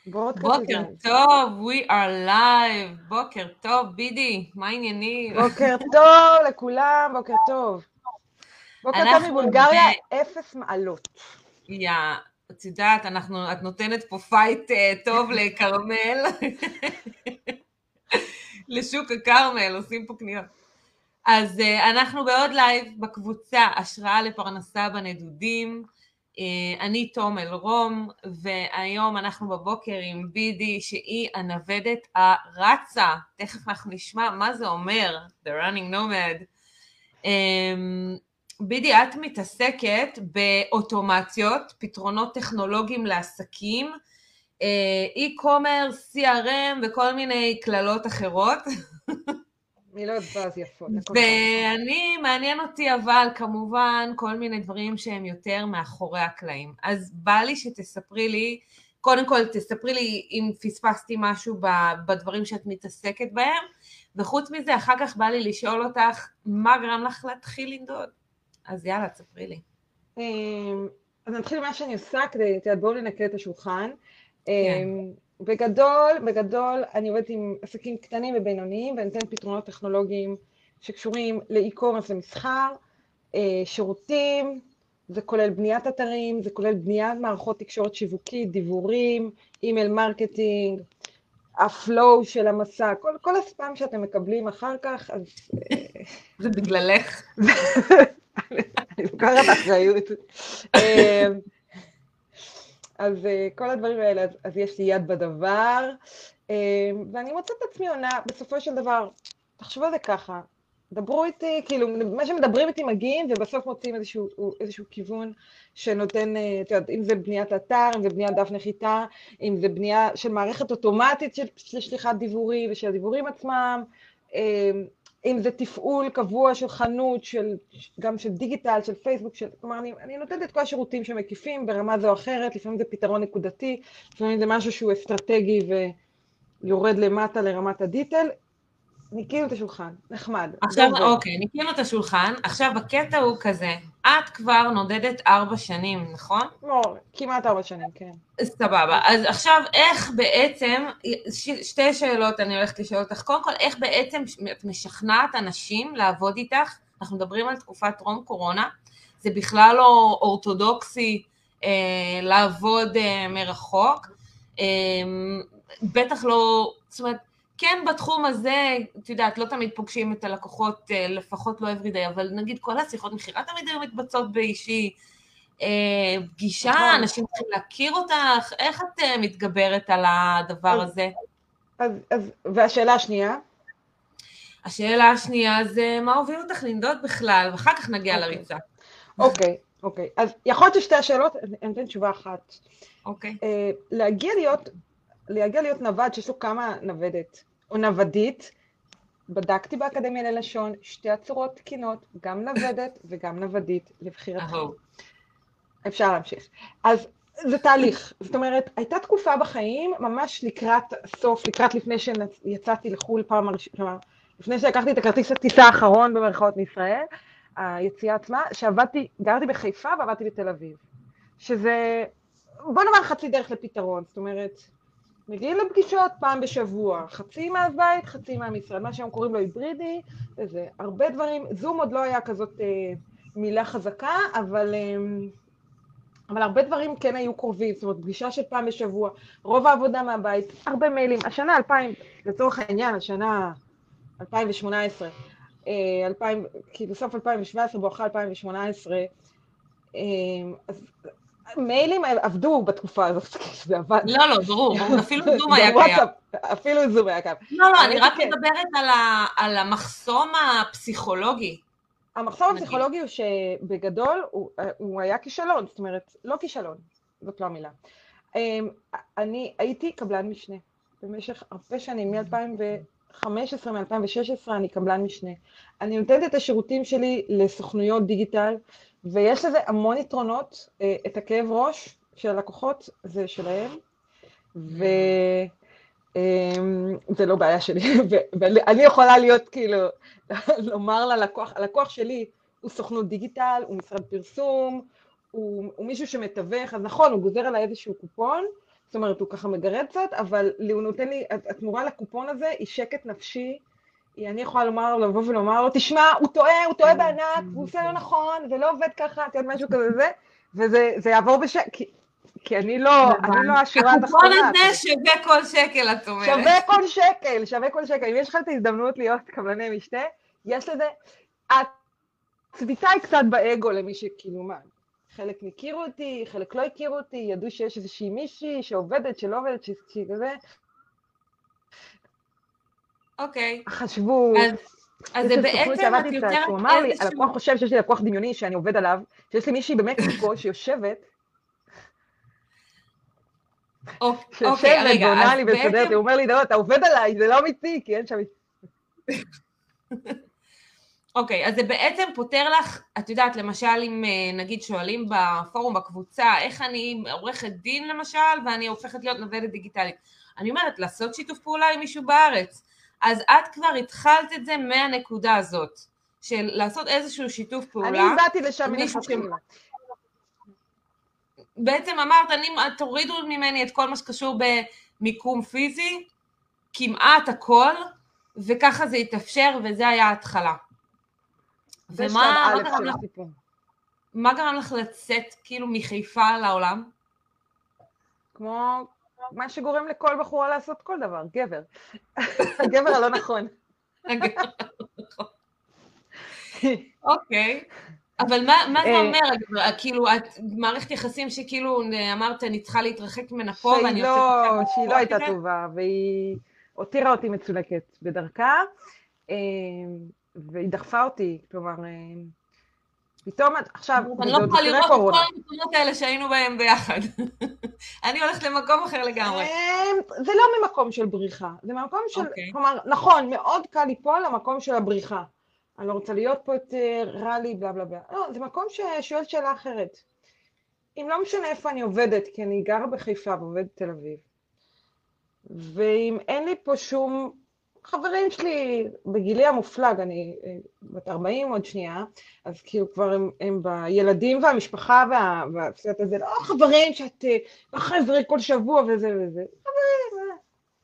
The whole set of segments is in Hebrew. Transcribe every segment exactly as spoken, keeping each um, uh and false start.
ברודקאסט is בוקר live. טוב, we are live. בוקר טוב, בידי, מה העניינים? בוקר טוב לכולם, בוקר טוב. בוקר טוב אנחנו מבולגריה, אפס מעלות. יא, את יודעת, אנחנו, את נותנת פה פייט uh, טוב לקרמל, לשוק הקרמל, עושים פה קניות. אז uh, אנחנו בעוד לייב בקבוצה השראה לפרנסה בנדודים. Uh, אני תום אלרום, והיום אנחנו בבוקר עם בידי, שהיא הנוודת הרצה. תכף אנחנו נשמע מה זה אומר, The Running Nomad. Um, בידי, את מתעסקת באוטומציות, פתרונות טכנולוגיים לעסקים, e-commerce, סי אר אם וכל מיני כללות אחרות. מילות באז יפות. ואני, מעניין אותי אבל כמובן כל מיני דברים שהם יותר מאחורי הקלעים. אז בא לי שתספרי לי, קודם כל תספרי לי אם פספסתי משהו בדברים שאת מתעסקת בהם, וחוץ מזה אחר כך בא לי לשאול אותך מה גרם לך להתחיל לנדוד. אז יאללה, תספרי לי. אז נתחיל מה שאני עושה כדי, בואו ננקה את השולחן. כן. בגדול, בגדול אני עובדת עם עסקים קטנים ובינוניים, ואני נותנת פתרונות טכנולוגיים שקשורים לאי-קומרס ומסחר, שירותים, זה כולל בניית אתרים, זה כולל בניית מערכות תקשורת שיווקית, דיבורים, אימייל מרקטינג, הפלואו של המסע, כל, כל הספאם שאתם מקבלים אחר כך, אז... זה בגללך. אני לוקחת אחריות. אז כל הדברים האלה, אז, אז יש לי יד בדבר, ואני מוצאת את עצמי עונה, בסופו של דבר, תחשבו על זה ככה, דברו איתי, כאילו, מה שמדברים איתי מגיעים, ובסוף מוצאים איזשהו, איזשהו כיוון שנותן, את יודעת, אם זה בניית אתר, אם זה בניית דף נחיתה, אם זה בנייה של מערכת אוטומטית של, של שליחת דיבורים ושל הדיבורים עצמם, אם זה תפעול קבוע של חנות, של, גם של דיגיטל, של פייסבוק, של, כלומר, אני, אני נותנת את כל השירותים שמקיפים ברמה זו או אחרת, לפעמים זה פתרון נקודתי, לפעמים זה משהו שהוא אסטרטגי ויורד למטה לרמת הדיטל, ניקינו את השולחן, נחמד. עכשיו, אוקיי, ניקינו את השולחן, עכשיו הקטע הוא כזה, את כבר נודדת ארבע שנים, נכון? לא, כמעט ארבע שנים, כן. סבבה, אז עכשיו איך בעצם, ש, שתי שאלות אני הולכת לשאול אותך, קודם כל איך בעצם את משכנעת אנשים לעבוד איתך, אנחנו מדברים על תקופת טרום קורונה, זה בכלל לא אורתודוקסי אה, לעבוד אה, מרחוק, אה, בטח לא, זאת אומרת, כן בתחום הזה, את יודעת, לא תמיד פוגשים את הלקוחות, לפחות לא everyday, אבל נגיד כל השיחות מכירה תמיד היו מתבצעות באישי, פגישה, אנשים צריכים להכיר אותך, איך את מתגברת על הדבר הזה? אז, אז, והשאלה השנייה? השאלה השנייה זה, מה הוביל אותך לנדוד בכלל, ואחר כך נגיע לריצה. אוקיי, אוקיי. אז יכול להיות ששתי השאלות, אני אתן תשובה אחת. אוקיי. להגיע להיות, להגיע להיות נווד שיש לו כמה נוודת, או נוודית, בדקתי באקדמיה ללשון, שתי הצורות תקינות, גם נוודת וגם נוודית לבחירתך. אפשר להמשיך. אז זה תהליך, זאת אומרת, הייתה תקופה בחיים, ממש לקראת סוף, לקראת לפני שיצאתי לחול פעם הראשונה, לפני שלקחתי את הכרטיס הטיסה האחרון במרכאות מישראל, היציאה עצמה, שעבדתי, גרתי בחיפה ועבדתי בתל אביב. שזה, בוא נאמר חצי דרך לפתרון, זאת אומרת, מגיעים לפגישות פעם בשבוע, חצי מהבית, חצי מהמשרד, מה שהם קוראים לו היברידי, וזה הרבה דברים, זום עוד לא היה כזאת אה, מילה חזקה, אבל, אה, אבל הרבה דברים כן היו קרובים, זאת אומרת, פגישה של פעם בשבוע, רוב העבודה מהבית, הרבה מיילים, השנה אלפיים, לצורך העניין, השנה אלפיים שמונה עשרה, אה, אלפיים, כאילו סוף אלפיים שבע עשרה, בואכה אלפיים שמונה עשרה, אה, אז מיילים עבדו בתקופה הזאת, זה עבד. לא, לא, ברור, אפילו זום היה קיים. אפילו זום היה קיים. לא, לא, אני רק מדברת על המחסום הפסיכולוגי. המחסום הפסיכולוגי הוא שבגדול הוא היה כישלון, זאת אומרת, לא כישלון, זאת לא המילה. אני הייתי קבלן משנה במשך הרבה שנים, מ-אלפיים וחמש עשרה, מ-אלפיים ושש עשרה אני קבלן משנה. אני נותנת את השירותים שלי לסוכנויות דיגיטל, ויש לזה המון יתרונות, את הכאב ראש של הלקוחות זה שלהם, וזה לא בעיה שלי, ואני יכולה להיות כאילו, לומר ללקוח, הלקוח שלי הוא סוכנות דיגיטל, הוא משרד פרסום, הוא, הוא מישהו שמתווך, אז נכון, הוא גוזר עליי איזשהו קופון, זאת אומרת, הוא ככה מגרד קצת, אבל הוא נותן לי, התמורה לקופון הזה היא שקט נפשי, אני יכולה לומר לו, לבוא ולומר לו, תשמע, הוא טועה, הוא טועה בענק, הוא עושה לא נכון, זה לא עובד ככה, את יודעת משהו כזה זה, וזה יעבור בשקט, כי, כי אני לא, אני לא השורה התחתונה. הקופון הזה שווה כל שקל, את אומרת. שווה כל שקל, שווה כל שקל. אם יש לך את ההזדמנות להיות קבלני משנה, יש לזה, הצביטה היא קצת באגו למי שכאילו מה, חלק הכירו אותי, חלק לא הכירו אותי, ידעו שיש איזושהי מישהי שעובדת, שלא עובדת, שהיא כזה. אוקיי. חשבו, אז זה בעצם את יוצרת איזשהו... הוא אמר לי, הלקוח חושב שיש לי לקוח דמיוני שאני עובד עליו, שיש לי מישהי במקסיקו שיושבת, אוקיי, רגע, אז בעצם... הוא אומר לי, לא, אתה עובד עליי, זה לא אמיתי, כי אין שם... אוקיי, אז זה בעצם פותר לך, את יודעת, למשל, אם נגיד שואלים בפורום, בקבוצה, איך אני עורכת דין למשל, ואני הופכת להיות נוודת דיגיטלית. אני אומרת, לעשות שיתוף פעולה עם מישהו בארץ. אז את כבר התחלת את זה מהנקודה הזאת, של לעשות איזשהו שיתוף פעולה. אני הבאתי לשם מלכתחילה. בעצם אמרת, אני, תורידו ממני את כל מה שקשור במיקום פיזי, כמעט הכל, וככה זה יתאפשר, וזה היה ההתחלה. ומה גרם לך, מה גרם לך לצאת כאילו מחיפה לעולם? כמו מה שגורם לכל בחורה לעשות כל דבר, גבר. הגבר הלא נכון. הגבר הלא נכון. אוקיי. אבל מה, מה זה אומר? כאילו, את מערכת יחסים שכאילו אמרת, אני צריכה להתרחק ממנה פה, ואני יוצאת... שהיא לא הייתה טובה, והיא הותירה אותי מצולקת בדרכה, והיא דחפה אותי, כלומר, פתאום, עכשיו, אני לא יכולה לראות את כל המקומות האלה שהיינו בהם ביחד. אני הולכת למקום אחר לגמרי. זה לא ממקום של בריחה, זה ממקום של, כלומר, נכון, מאוד קל ליפול למקום של הבריחה. אני לא רוצה להיות פה יותר, רע לי, בלה בלה בלה. לא, זה מקום ששואל שאלה אחרת. אם לא משנה איפה אני עובדת, כי אני גרה בחיפה ועובדת בתל אביב, ואם אין לי פה שום... חברים שלי בגילי המופלג, אני בת ארבעים עוד שנייה, אז כאילו כבר הם, הם בילדים והמשפחה וה... והפסקת הזה, לא חברים שאת חזרי כל שבוע וזה וזה. חברים,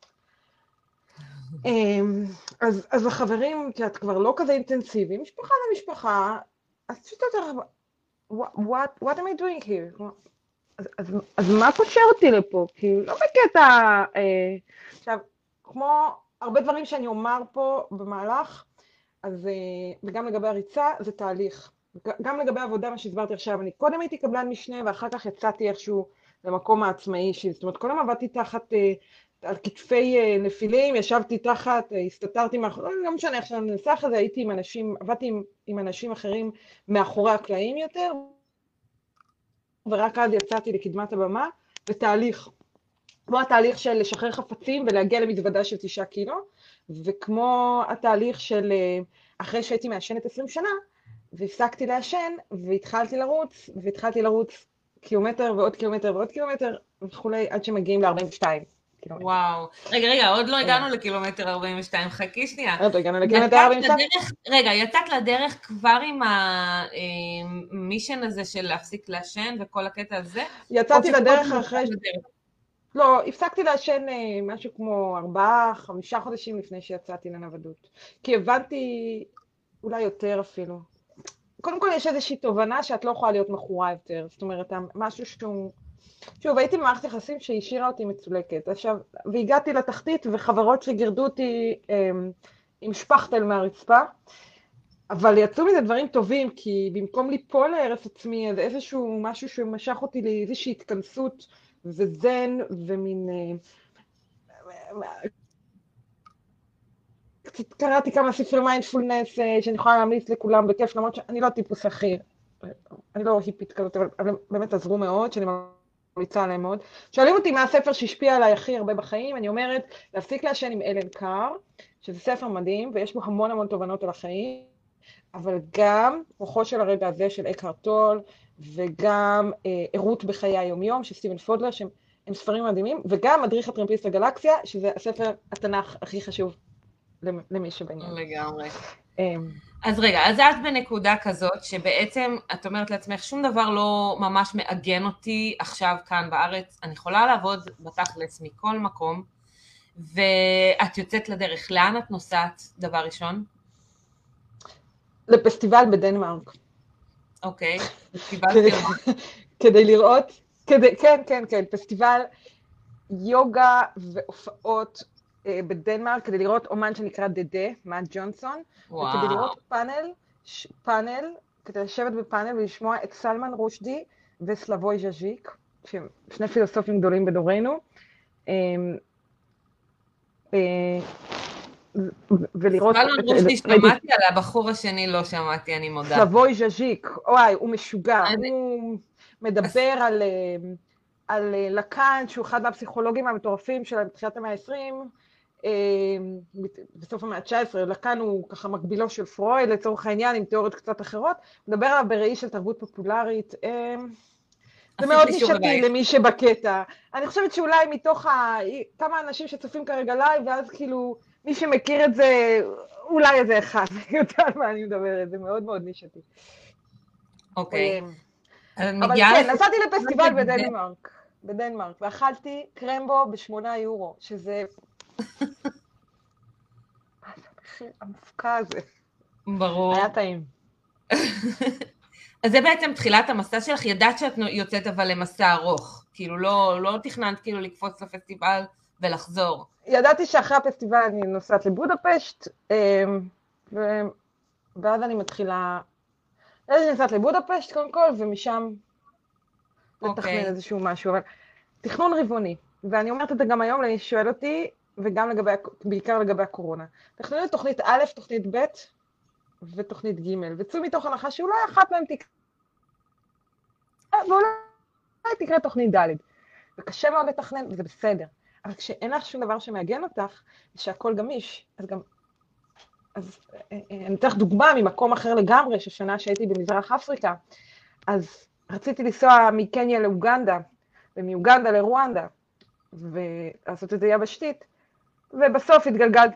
אז, אז החברים, כי את כבר לא כזה אינטנסיבי, משפחה למשפחה, אז פשוט יותר, what, what am I doing here? אז, אז, אז מה קושר אותי לפה? כי לא בקטע, אה, עכשיו, כמו הרבה דברים שאני אומר פה במהלך, אז, אה, וגם לגבי הריצה, זה תהליך. גם לגבי העבודה, מה שהסברתי עכשיו, אני קודם הייתי קבלן משנה, ואחר כך יצאתי איכשהו למקום העצמאי שלי. זאת אומרת, קודם עבדתי תחת... אה, על כתפי נפילים, ישבתי תחת, הסתתרתי מאחורי, לא משנה איך שאני ננסח את זה, הייתי עם אנשים, עבדתי עם, עם אנשים אחרים מאחורי הקלעים יותר, ורק אז יצאתי לקדמת הבמה, ותהליך, כמו התהליך של לשחרר חפצים ולהגיע למזוודה של תשעה קילו, וכמו התהליך של אחרי שהייתי מעשנת עשרים שנה, והפסקתי לעשן, והתחלתי לרוץ, והתחלתי לרוץ קילומטר ועוד קילומטר ועוד קילומטר, וכולי, עד שמגיעים ל-ארבעים ושתיים. וואו, רגע, רגע, עוד לא הגענו לקילומטר ארבעים ושתיים, חכי שנייה. עוד לא הגענו לקילומטר ארבעים ושתיים? רגע, יצאת לדרך כבר עם המישן הזה של להפסיק לעשן וכל הקטע הזה? יצאתי לדרך אחרי... לא, הפסקתי לעשן משהו כמו ארבעה, חמישה חודשים לפני שיצאתי לנוודות. כי הבנתי, אולי יותר אפילו. קודם כל יש איזושהי תובנה שאת לא יכולה להיות מכורה יותר. זאת אומרת, משהו שהוא... שוב, הייתי במערכת יחסים שהשאירה אותי מצולקת. עכשיו, והגעתי לתחתית, וחברות שגירדו אותי עם, עם שפכטל מהרצפה, אבל יצאו מזה דברים טובים, כי במקום ליפול להרס עצמי, אז איזשהו משהו שמשך אותי לאיזושהי התכנסות, וזן, ומין... קצת קראתי כמה ספרי מיינדפולנס, שאני יכולה להמליץ לכולם בכיף, למרות שאני לא טיפוס אחר. אני לא היפית כזאת, אבל באמת עזרו מאוד, שאני ממליצה עליהם מאוד. שואלים אותי מה הספר שהשפיע עליי הכי הרבה בחיים, אני אומרת, להפסיק לעשן עם אלן קאר, שזה ספר מדהים, ויש בו המון המון תובנות על החיים, אבל גם כוחו של הרגע הזה של אקהרט טול, וגם אה, עירות בחיי היומיום של סטיבן פודלר, שהם ספרים מדהימים, וגם מדריך הטרמפיסט לגלקסיה, שזה הספר התנ"ך הכי חשוב למי שבעניין. לגמרי. אז רגע, אז את בנקודה כזאת שבעצם את אומרת לעצמך שום דבר לא ממש מעגן אותי עכשיו כאן בארץ, אני יכולה לעבוד בתכלס מכל מקום, ואת יוצאת לדרך. לאן את נוסעת דבר ראשון? לפסטיבל בדנמרק. אוקיי, פסטיבל כדי- תרבות. כדי לראות, כדי, כן, כן, כן, פסטיבל יוגה והופעות אה, בדנמרק, כדי לראות אומן שנקרא דדה, מאט ג'ונסון, וכדי וואו, לראות פאנל, ש, פאנל, כדי לשבת בפאנל ולשמוע את סלמן רושדי וסלבוי ז'ז'יק, שהם שני פילוסופים גדולים בדורנו, אה, אה, ו- ולראות סלמן את... רושדי ראיתי, שמעתי, על הבחור השני לא שמעתי, אני מודה. סלבוי ז'ז'יק, וואי, הוא משוגע, אני- הוא אז- מדבר על, אה, על אה, לקאן, שהוא אחד מהפסיכולוגים המטורפים של תחילת המאה ה-עשרים, אה, בסוף המאה ה-תשע עשרה, לקאן הוא ככה מקבילו של פרויד, לצורך העניין, עם תיאוריות קצת אחרות, הוא מדבר עליו בראי של תרבות פופולרית, אה, זה עשית מאוד לי שיעורי נישתי בית. למי שבקטע. אני חושבת שאולי מתוך ה... כמה אנשים שצופים כרגע לייב, ואז כאילו, מי שמכיר את זה, אולי איזה אחד, יודע על מה אני מדברת, זה מאוד מאוד נישתי. אוקיי. אז אני אבל מגיעה כן, לפסטיבל נסעתי לפסטיבל בדנמרק. בדנמרק, בדנמרק, ואכלתי קרמבו בשמונה יורו, שזה... מה זה המחיר המופקע הזה? ברור. היה טעים. אז זה בעצם תחילת המסע שלך, ידעת שאת יוצאת אבל למסע ארוך, כאילו לא, לא תכננת כאילו לקפוץ לפסטיבל ולחזור. ידעתי שאחרי הפסטיבל אני נוסעת לבודפשט, ו... ואז אני מתחילה... אז אני נוסעת לבודפשט קודם כל, ומשם לתכנן אוקיי. איזשהו משהו, אבל תכנון רבעוני, ואני אומרת את זה גם היום למי ששואל אותי, וגם לגבי, בעיקר לגבי הקורונה. תכננו את תוכנית א', תוכנית ב' ותוכנית ג', וצאו מתוך הנחה שאולי אחת מהם תקרה, ואולי תקרה תוכנית ד'. וקשה מאוד לתכנן, וזה בסדר. אבל כשאין לך שום דבר שמעגן אותך, שהכל גמיש, אז גם... אז אני אתן לך דוגמה ממקום אחר לגמרי, ששנה שהייתי במזרח אפריקה, אז רציתי לנסוע מקניה לאוגנדה, ומאוגנדה לרואנדה, ולעשות את זה יבשתית, ובסוף התגלגלתי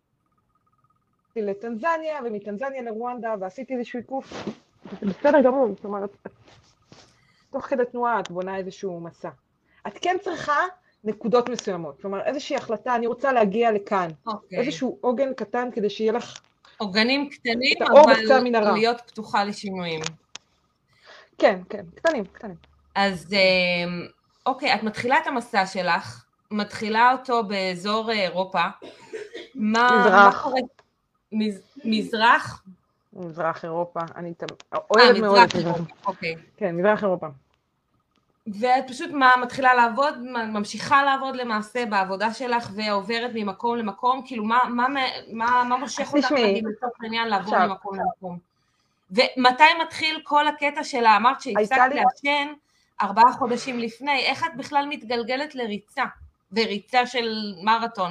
לטנזניה, ומטנזניה לרואנדה, ועשיתי איזשהו עיקוף, וזה בסדר גמור, זאת אומרת, תוך כדי תנועה את בונה איזשהו מסע. את כן צריכה נקודות מסוימות, כלומר איזושהי החלטה, אני רוצה להגיע לכאן, אוקיי. איזשהו עוגן קטן כדי שיהיה לך עוגנים קטנים, את האור אבל בקצה המנהרה. להיות פתוחה לשינויים. כן, כן, קטנים, קטנים. אז אוקיי, את מתחילה את המסע שלך, מתחילה אותו באזור אירופה. מה, מזרח. מה קורה? מז, מזרח? מזרח אירופה, אני אה, אוהבת מאוד את מזרח מזרח. אירופה, אוקיי. כן, מזרח אירופה. ואת פשוט מה, מתחילה לעבוד, ממשיכה לעבוד למעשה בעבודה שלך, ועוברת ממקום למקום, כאילו מה, מה, מה, מה מושך אותך להגיד לצורך העניין לעבור עכשיו. ממקום למקום? ומתי מתחיל כל הקטע שלה? אמרת שהפסקת לי- לעשן ארבעה חודשים לפני, איך את בכלל מתגלגלת לריצה, וריצה של מרתון?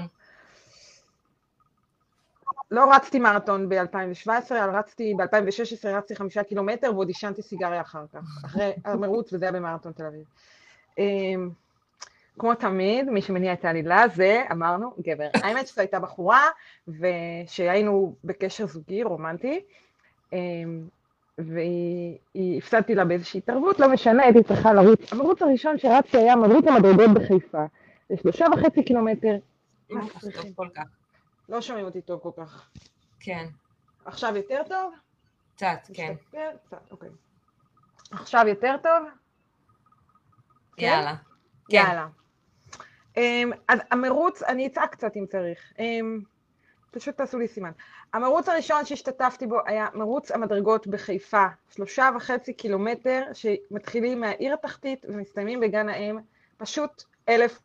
לא רצתי מרתון ב-אלפיים שבע עשרה, אבל רצתי ב-אלפיים ושש עשרה, רצתי חמישה קילומטר, ועוד עישנתי סיגריה אחר כך, אחרי המרוץ, וזה היה במרתון תל אביב. אמ, כמו תמיד, מי שמניע את העלילה זה, אמרנו, גבר. האמת שזו הייתה בחורה, ושהיינו בקשר זוגי, רומנטי, אמ, והיא הפסדתי לה באיזושהי התערבות, לא משנה, הייתי צריכה לרוץ. המרוץ הראשון שרצתי היה מרוץ המדרגות בחיפה. זה שלושה וחצי קילומטר. לא טוב כל כך. לא שומעים אותי טוב כל כך. כן, עכשיו יותר טוב? קצת, כן. משתפר? קצת, אוקיי. עכשיו יותר טוב? כן? יאללה. כן. יאללה. אמ, אז המרוץ, אני אצעק קצת אם צריך. אמ, פשוט תעשו לי סימן. המרוץ הראשון שהשתתפתי בו היה מרוץ המדרגות בחיפה. שלושה וחצי קילומטר שמתחילים מהעיר התחתית ומסתיימים בגן האם. פשוט אלף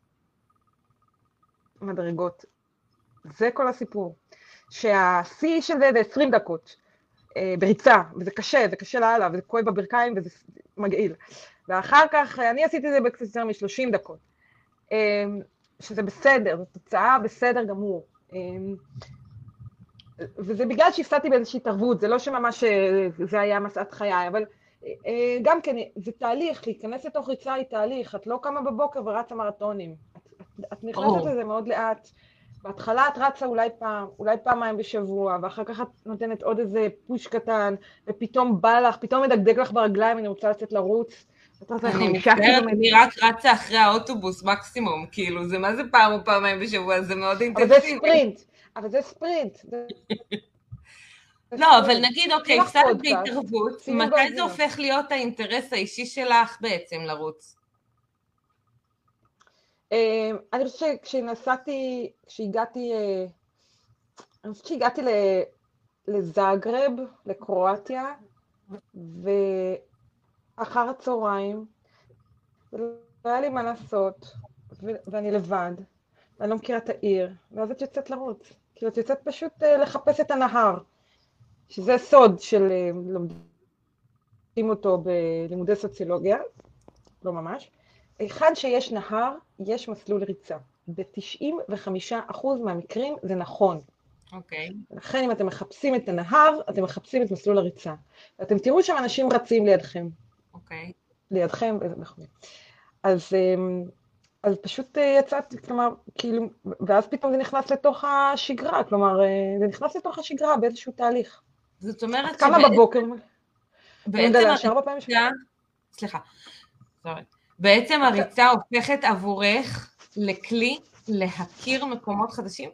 מדרגות. זה כל הסיפור. שהשיא של זה זה עשרים דקות אה, בריצה, וזה קשה, זה קשה לאללה, וזה כואב בברכיים וזה מגעיל. ואחר כך אני עשיתי את זה בקצת יותר מ-שלושים דקות. אה, שזה בסדר, זו תוצאה בסדר גמור. אה, וזה בגלל שהפסדתי באיזושהי התערבות, זה לא שממש זה היה מסעת חיי, אבל אה, גם כן, זה תהליך, להיכנס לתוך ריצה היא תהליך, את לא קמה בבוקר ורצה מרתונים. את, את, את נכנסת לזה מאוד לאט, בהתחלה את רצה אולי פעם, אולי פעמיים בשבוע, ואחר כך את נותנת עוד איזה פוש קטן, ופתאום בא לך, פתאום מדגדג לך ברגליים, אני רוצה לצאת לרוץ. אני מצטערת, אני רק רצה אחרי האוטובוס מקסימום, כאילו, זה מה זה פעם או פעמיים בשבוע, זה מאוד אינטנסיבי. אבל זה ספרינט, אבל זה ספרינט. לא, אבל נגיד, אוקיי, קצת בהתערבות, מתי זה הופך להיות האינטרס האישי שלך בעצם לרוץ? אני חושבת שכשנסעתי, כשהגעתי, אני חושבת שהגעתי לזאגרב, לקרואטיה, ואחר הצהריים, לא היה לי מה לעשות, ואני לבד, ואני לא מכירה את העיר, ואז את יוצאת לרוץ, כאילו את יוצאת פשוט לחפש את הנהר, שזה סוד של לומדים אותו בלימודי סוציולוגיה, לא ממש, היכן שיש נהר, יש מסלול ריצה. ב-תשעים וחמישה אחוז מהמקרים זה נכון. אוקיי. לכן אם אתם מחפשים את הנהר, אתם מחפשים את מסלול הריצה. ואתם תראו שם אנשים רצים לידכם. אוקיי. לידכם, אז, אז פשוט יצאתי, כלומר, כאילו, ואז פתאום זה נכנס לתוך השגרה, כלומר, זה נכנס לתוך השגרה באיזשהו תהליך. זאת אומרת כמה בבוקר? בעצם הריצה, סליחה, סורי. בעצם הריצה הופכת עבורך לכלי להכיר מקומות חדשים?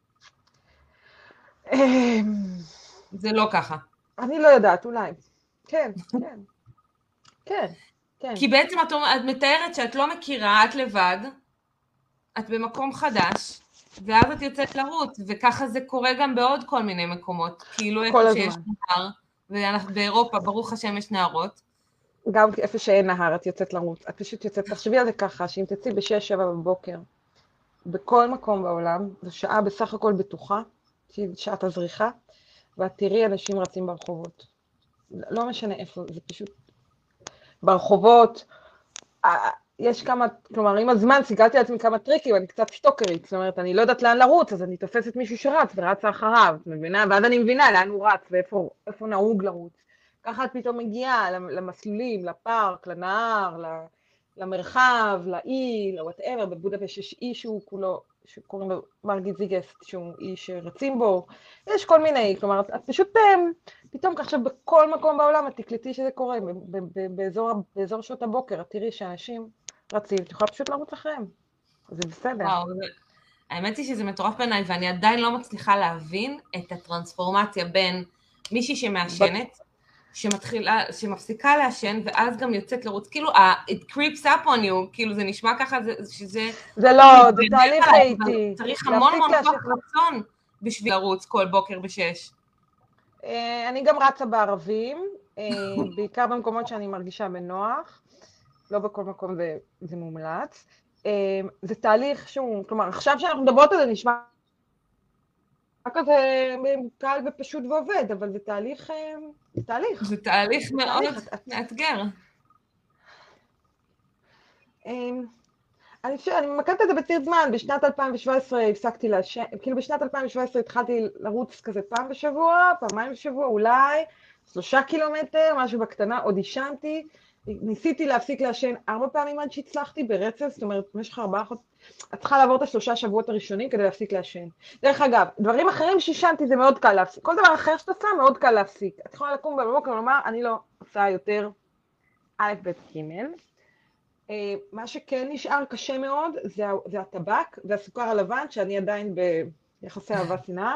זה לא ככה. אני לא יודעת, אולי. כן, כן. כן, כן. כי בעצם את, את מתארת שאת לא מכירה, את לבד, את במקום חדש, ואז את יוצאת לרוץ, וככה זה קורה גם בעוד כל מיני מקומות. כאילו איפה שיש נהר, ואנחנו באירופה, ברוך השם יש נהרות. גם איפה שאין נהר, את יוצאת לרוץ. את פשוט יוצאת, תחשבי על זה ככה, שאם תצאי בשש שבע בבוקר, בכל מקום בעולם, זו שעה בסך הכל בטוחה, שהיא שעת הזריחה, ואת תראי אנשים רצים ברחובות. לא משנה איפה, זה פשוט ברחובות. יש כמה, כלומר, עם הזמן סיגלתי לעצמי כמה טריקים, אני קצת שטוקרית, זאת אומרת, אני לא יודעת לאן לרוץ, אז אני תופסת מישהו שרץ ורצה אחריו, את מבינה? ואז אני מבינה לאן הוא רץ ואיפה איפה נהוג לרוץ. ככה את פתאום מגיעה למסלולים, לפארק, לנהר, למרחב, לאי, ל-whatever, בבודפשט יש אי שהוא כולו, שקוראים לו מרגיט זיגסט, שהוא אי שרצים בו, יש כל מיני, כלומר, את פשוט פתאום עכשיו בכל מקום בעולם את תקלטי שזה קורה, באזור, באזור שעות הבוקר, את תראי שאנשים רצים, את יכולה פשוט לרוץ אחריהם, זה בסדר. וואו, האמת היא שזה מטורף בעיניי, ואני עדיין לא מצליחה להבין את הטרנספורמציה בין מישהי שמעשנת, שמתחילה, שמפסיקה לעשן, ואז גם יוצאת לרוץ, כאילו, it creeps up on you, כאילו, זה נשמע ככה, שזה... זה לא, זה תהליך איתי. צריך המון המון כוח רצון בשביל לרוץ כל בוקר בשש. אני גם רצה בערבים, בעיקר במקומות שאני מרגישה בנוח, לא בכל מקום זה מומלץ. זה תהליך שהוא, כלומר, עכשיו שאנחנו מדברות על זה נשמע כזה קל ופשוט ועובד, אבל זה תהליך, זה תהליך. זה תהליך מאוד מאתגר. אני חושבת, אני ממקדת את זה בציר זמן, בשנת אלפיים שבע עשרה הפסקתי לעשן, כאילו בשנת אלפיים שבע עשרה התחלתי לרוץ כזה פעם בשבוע, פעמיים בשבוע, אולי, שלושה קילומטר, משהו בקטנה, עוד עישנתי, ניסיתי להפסיק לעשן ארבע פעמים עד שהצלחתי ברצף, זאת אומרת, במשך ארבעה חודשים, את צריכה לעבור את השלושה שבועות הראשונים כדי להפסיק לעשן. דרך אגב, דברים אחרים שעישנתי זה מאוד קל להפסיק, כל דבר אחר שאת עושה מאוד קל להפסיק. את יכולה לקום בבוקר ולומר, אני לא עושה יותר א' ב' ג'. מה שכן נשאר קשה מאוד זה, זה הטבק והסוכר הלבן, שאני עדיין ביחסי אהבה שנאה.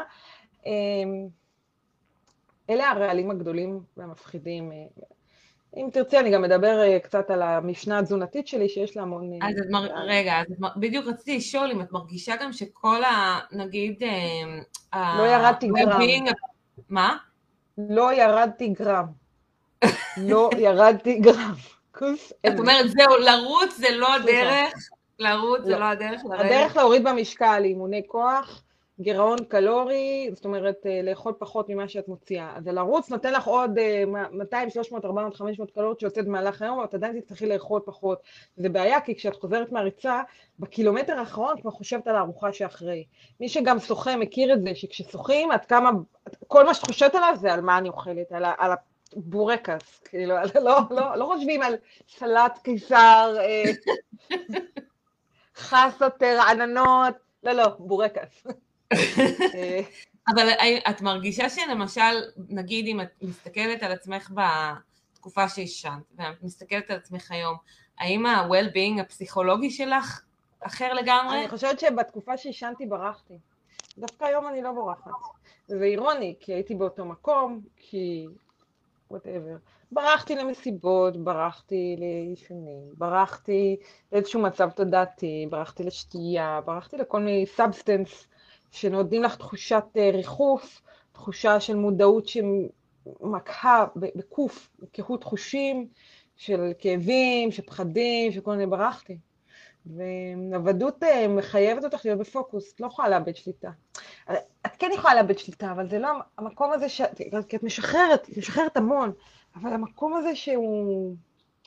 אלה הרעלים הגדולים והמפחידים. אם תרצי, אני גם מדבר קצת על המשנה התזונתית שלי, שיש לה המון... אז את מר... רגע, אז את מר... בדיוק רציתי לשאול אם את מרגישה גם שכל ה... נגיד... לא ירדתי גרם. מה? לא ירדתי גרם. לא ירדתי גרם. את אומרת, זהו, לרוץ זה לא הדרך, לרוץ זה לא הדרך, לרדת. הדרך להוריד במשקל, אימוני כוח, גירעון קלורי, זאת אומרת, לאכול פחות ממה שאת מוציאה. אז לרוץ נותן לך עוד מאתיים, שלוש מאות, ארבע מאות, חמש מאות קלוריות שיוצאת במהלך היום, אבל את עדיין תצטרכי לאכול פחות. זה בעיה, כי כשאת חוזרת מהריצה, בקילומטר האחרון את חושבת על הארוחה שאחרי. מי שגם שוחה מכיר את זה, שכששוחים, את כמה, כל מה שאת חושבת עליו זה על מה אני אוכלת, על, על בורקס, כאילו, לא, לא, לא חושבים על סלט קיסר, חסות, רעננות, לא, לא, בורקס. אבל את מרגישה שלמשל, נגיד אם את מסתכלת על עצמך בתקופה שהשנת, ואת מסתכלת על עצמך היום, האם ה-well-being הפסיכולוגי שלך אחר לגמרי? אני חושבת שבתקופה שהשנתי ברחתי. דווקא היום אני לא בורחת. זה אירוני, כי הייתי באותו מקום, כי... whatever. ברחתי למסיבות, ברחתי לישונים, ברחתי לאיזשהו מצב תודעתי, ברחתי לשתייה, ברחתי לכל מיני סאבסטנס שנותנים לך תחושת ריחוף, תחושה של מודעות שמקהה בקוף, קהות חושים, של כאבים, של פחדים, של כל מיני ברחתי. ונוודות מחייבת אותך להיות בפוקוס, את לא יכולה לאבד שליטה. את כן יכולה לאבד שליטה, אבל זה לא המקום הזה, ש... כי את משחררת, את משחררת המון, אבל המקום הזה שהוא...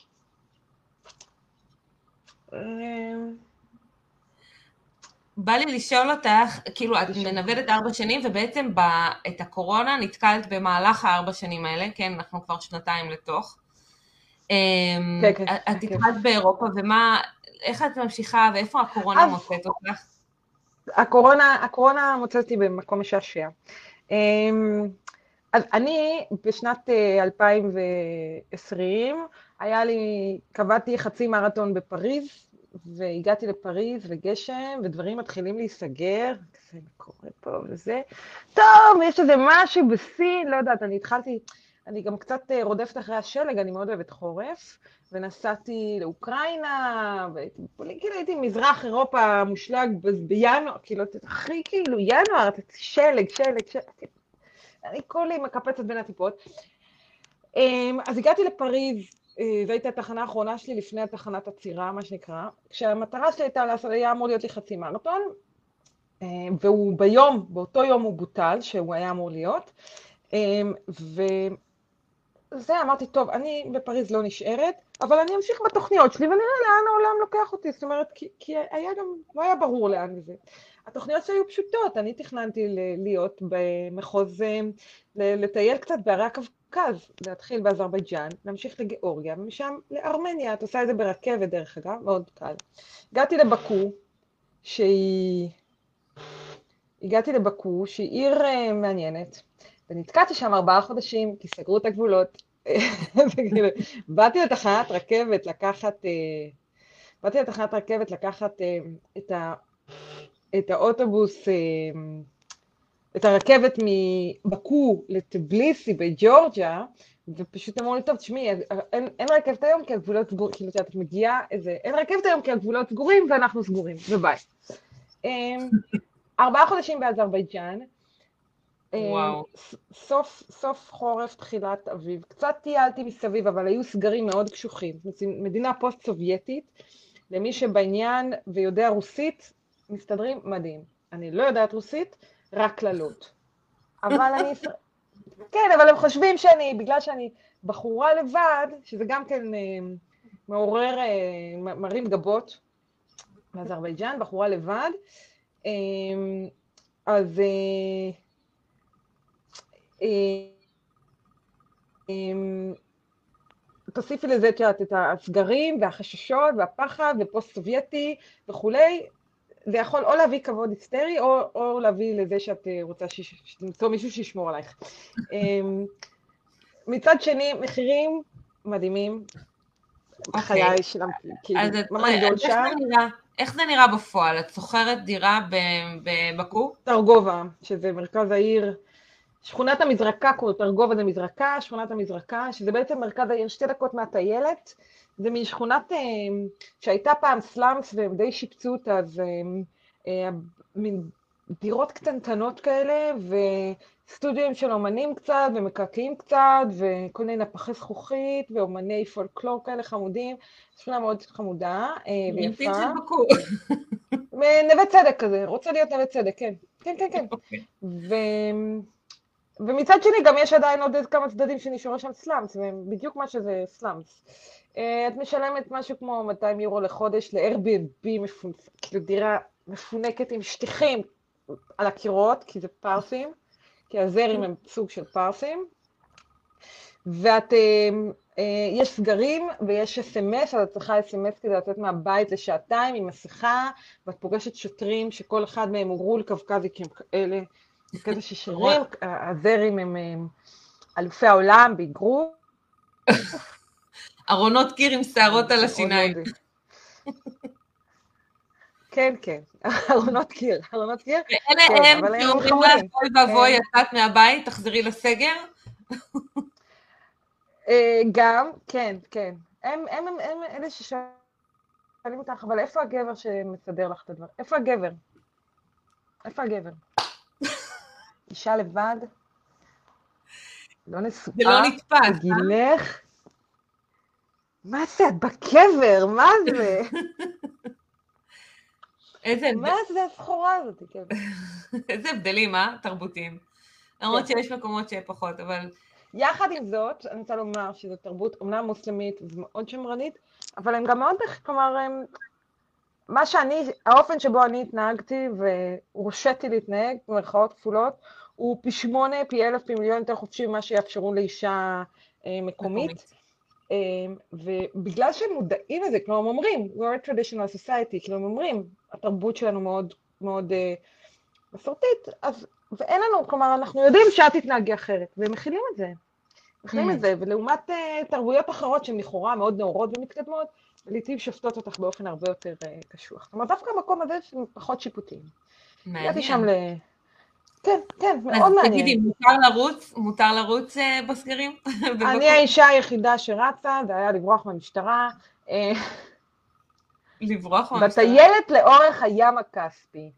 בא לי לשאול אותך, כאילו את מנוודת ארבע שנים, ובעצם את הקורונה נתקלת במהלך הארבע שנים האלה, כן, אנחנו כבר שנתיים לתוך. כן, כן. את התחלת באירופה, ומה... איך את ממשיכה, ואיפה הקורונה אז, מוצאת אותך? הקורונה, הקורונה מוצאת אותי במקום משעשע. אז אני בשנת אלפיים ועשרים, היה לי, קבעתי חצי מרתון בפריז, והגעתי לפריז וגשם, ודברים מתחילים להיסגר, זה קורה פה וזה. טוב, יש איזה משהו בסין, לא יודעת, אני התחלתי, אני גם קצת רודפת אחרי השלג, אני מאוד אוהבת חורף, ונסעתי לאוקראינה, וכאילו הייתי מזרח אירופה מושלג בינואר, כאילו, הכי כאילו, ינואר, שלג, שלג, שלג, אני כולי מקפצת בין הטיפות. אז הגעתי לפריז, זו הייתה התחנה האחרונה שלי לפני התחנת עצירה, מה שנקרא, כשהמטרה שלי הייתה לעשות, היה אמור להיות לי חצי מרתון, והוא ביום, באותו יום הוא בוטל, שהוא היה אמור להיות, ו... זה, אמרתי, טוב, אני בפריז לא נשארת, אבל אני אמשיך בתוכניות שלי, ונראה לאן העולם לוקח אותי, זאת אומרת, כי, כי היה גם, לא היה ברור לאן זה. התוכניות שלי היו פשוטות, אני תכננתי להיות במחוז, לטייל קצת בערי הקווקז, להתחיל באזרבייג'אן, להמשיך לגיאורגיה, ומשם לארמניה, את עושה את זה ברכבת דרך אגב, מאוד קל. הגעתי לבקו, שהיא, הגעתי לבקו, שהיא עיר מעניינת, ונתקעתי שם ארבעה חודשים, כי סגרו את הגבולות. באתי לתחנת רכבת לקחת, באתי לתחנת רכבת לקחת את, ה, את האוטובוס, את הרכבת מבקו לטבליסי בג'ורג'יה, ופשוט אמרו לי, טוב, תשמעי, אין, אין רכבת היום כי הגבולות סגורים, כאילו שאת מגיעה איזה, אין רכבת היום כי הגבולות סגורים ואנחנו סגורים, וביי. ארבעה חודשים באזרבייג'אן, וואו. סוף, סוף חורף, תחילת אביב. קצת טיילתי מסביב, אבל היו סגרים מאוד קשוחים. מדינה פוסט-סובייטית, למי שבעניין ויודע רוסית, מסתדרים מדהים. אני לא יודעת רוסית, רק כללות. אבל אני... כן, אבל הם חושבים שאני, בגלל שאני בחורה לבד, שזה גם כן מעורר, מרים גבות, באזרבייג'אן, בחורה לבד, אז... תוסיפי לזה את הסגרים והחששות והפחד ופוסט-סובייטי וכולי, זה יכול או להביא כבוד היסטרי או, או להביא לזה שאת רוצה למצוא מישהו שישמור עלייך. מצד שני, מחירים מדהימים, חיי שלם, כאילו, ממש גדול שם. איך זה נראה בפועל? את שוכרת דירה בבקו? תרגובה, שזה מרכז העיר, שכונת המזרקה, תרגובה זה מזרקה, שכונת המזרקה, שזה בעצם מרכז העיר שתי דקות מהטיילת, זה משכונת שהייתה פעם סלאמס והם די שיפצו אותה, אז מין דירות קטנטנות כאלה, וסטודיו של אומנים קצת, ומקעקעים קצת, וכל מיני נפחי זכוכית, ואומני פולקלור כאלה חמודים, שכונה מאוד חמודה ויפה. יפית של בקו. נווה צדק כזה, רוצה להיות נווה צדק, כן. כן, כן, כן. ו... ומצד שני גם יש עדיין עוד כמה צדדים שנשארו שם סלאמס, ובדיוק מה שזה סלאמס. את משלמת משהו כמו מאתיים יורו לחודש ל-Airbnb, כאילו דירה מפונקת עם שטיחים על הקירות, כי זה פרסים, כי הזרים הם סוג של פרסים, ואת יש סגרים ויש אס אם אס, אז את צריכה אס אם אס כדי לצאת מהבית לשעתיים עם מסכה, ואת פוגשת שוטרים שכל אחד מהם הוא רול קווקזיקים כאלה, כזה ששירים, הזרים הם אלופי העולם באגרוף. ארונות קיר עם שערות על השיניים. כן, כן, ארונות קיר, ארונות קיר. ואלה הם שאומרים לה, אוי ואבוי, יצאת מהבית, תחזרי לסגר? גם, כן, כן. הם אלה ששואלים אותך, אבל איפה הגבר שמסדר לך את הדבר? איפה הגבר? איפה הגבר? אישה לבד? לא נשואה? זה לא נתפס. בגילך? מה זה? את בקבר? מה זה? איזה... מה זה הסחורה הזאת? איזה הבדלים, אה? תרבותיים. למרות שיש מקומות שפחות, אבל... יחד עם זאת, אני רוצה לומר שזו תרבות אומנם מוסלמית ומאוד שמרנית, אבל הם גם מאוד, כלומר, הם... מה שאני, האופן שבו אני התנהגתי והורשיתי להתנהג, במרכאות כפולות, הוא פי שמונה, פי אלף, פי מיליון יותר חופשי ממה שיאפשרו לאישה אה, מקומית. אה, ובגלל שהם מודעים לזה, כלומר, הם אומרים, we're a traditional society, כאילו הם אומרים, התרבות שלנו מאוד, מאוד אה, מסורתית, אז, ואין לנו, כלומר, אנחנו יודעים שאת תתנהגי אחרת, והם מכילים את זה. מכילים mm. את זה, ולעומת אה, תרבויות אחרות שהן לכאורה מאוד נאורות ומתקדמות, לעתים שופטות אותך באופן הרבה יותר uh, קשוח. זאת אומרת, דווקא המקום הזה שהם פחות שיפוטיים. מעניין. הגעתי שם ל... כן, כן, מאוד מעניין. אז תגידי, מותר לרוץ? מותר לרוץ uh, בסגרים? אני האישה היחידה שרצה, זה היה לברוח מהמשטרה. לברוח מהמשטרה? בטיילת לאורך הים הכספי.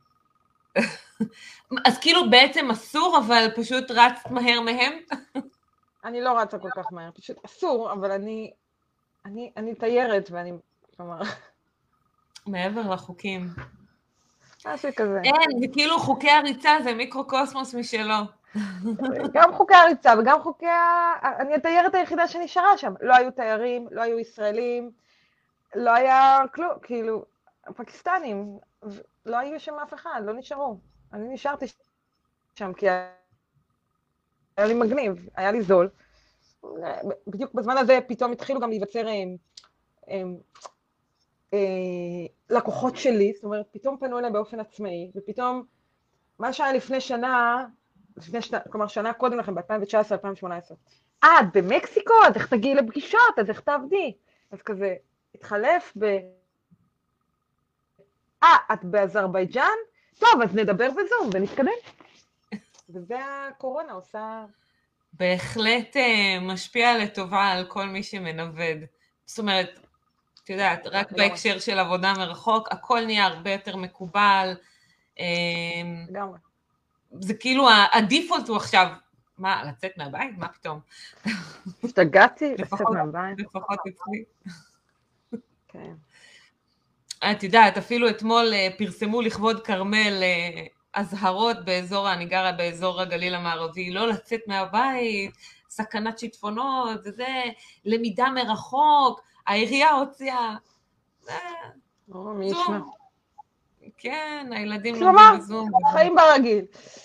אז כאילו בעצם אסור, אבל פשוט רצת מהר מהם? אני לא רצה כל כך מהר, פשוט אסור, אבל אני... אני, אני תיירת ואני, כלומר... מעבר לחוקים. משהו כזה. אין, זה כאילו חוקי הריצה, זה מיקרו-קוסמוס משלו. גם חוקי הריצה וגם חוקי ה... אני התיירת היחידה שנשארה שם. לא היו תיירים, לא היו ישראלים, לא היה כלום, כאילו, פקיסטנים, לא היו שם אף אחד, לא נשארו. אני נשארתי שם כי היה לי מגניב, היה לי זול. בדיוק בזמן הזה פתאום התחילו גם להיווצר הם, הם, הם, לקוחות שלי, זאת אומרת, פתאום פנו אליהם באופן עצמאי, ופתאום מה שהיה לפני שנה, לפני שנה, כלומר שנה קודם לכם, ב-אלפיים תשע עשרה אלפיים שמונה עשרה, אה, את במקסיקו, אז איך תגיעי לפגישות, אז איך תעבדי? אז כזה, התחלף ב... אה, את באזרבייג'אן? טוב, אז נדבר בזום ונתקדם. וזה הקורונה עושה... בהחלט uh, משפיע לטובה על כל מי שמנווד. זאת אומרת, את יודעת, רק בהקשר של עבודה מרחוק, הכל נהיה הרבה יותר מקובל. לגמרי. זה כאילו, הדיפולט הוא עכשיו, מה, לצאת מהבית? מה פתאום? השתגעתי לצאת מהבית. לפחות אצלי. כן. את יודעת, אפילו אתמול פרסמו לכבוד כרמל אזהרות באזור, אני גרה באזור הגליל המערבי, לא לצאת מהבית, סכנת שיטפונות, זה, למידה מרחוק, העירייה הוציאה, זה, מי ישמע. כן, הילדים לומדים בזום. חיים ברגיל.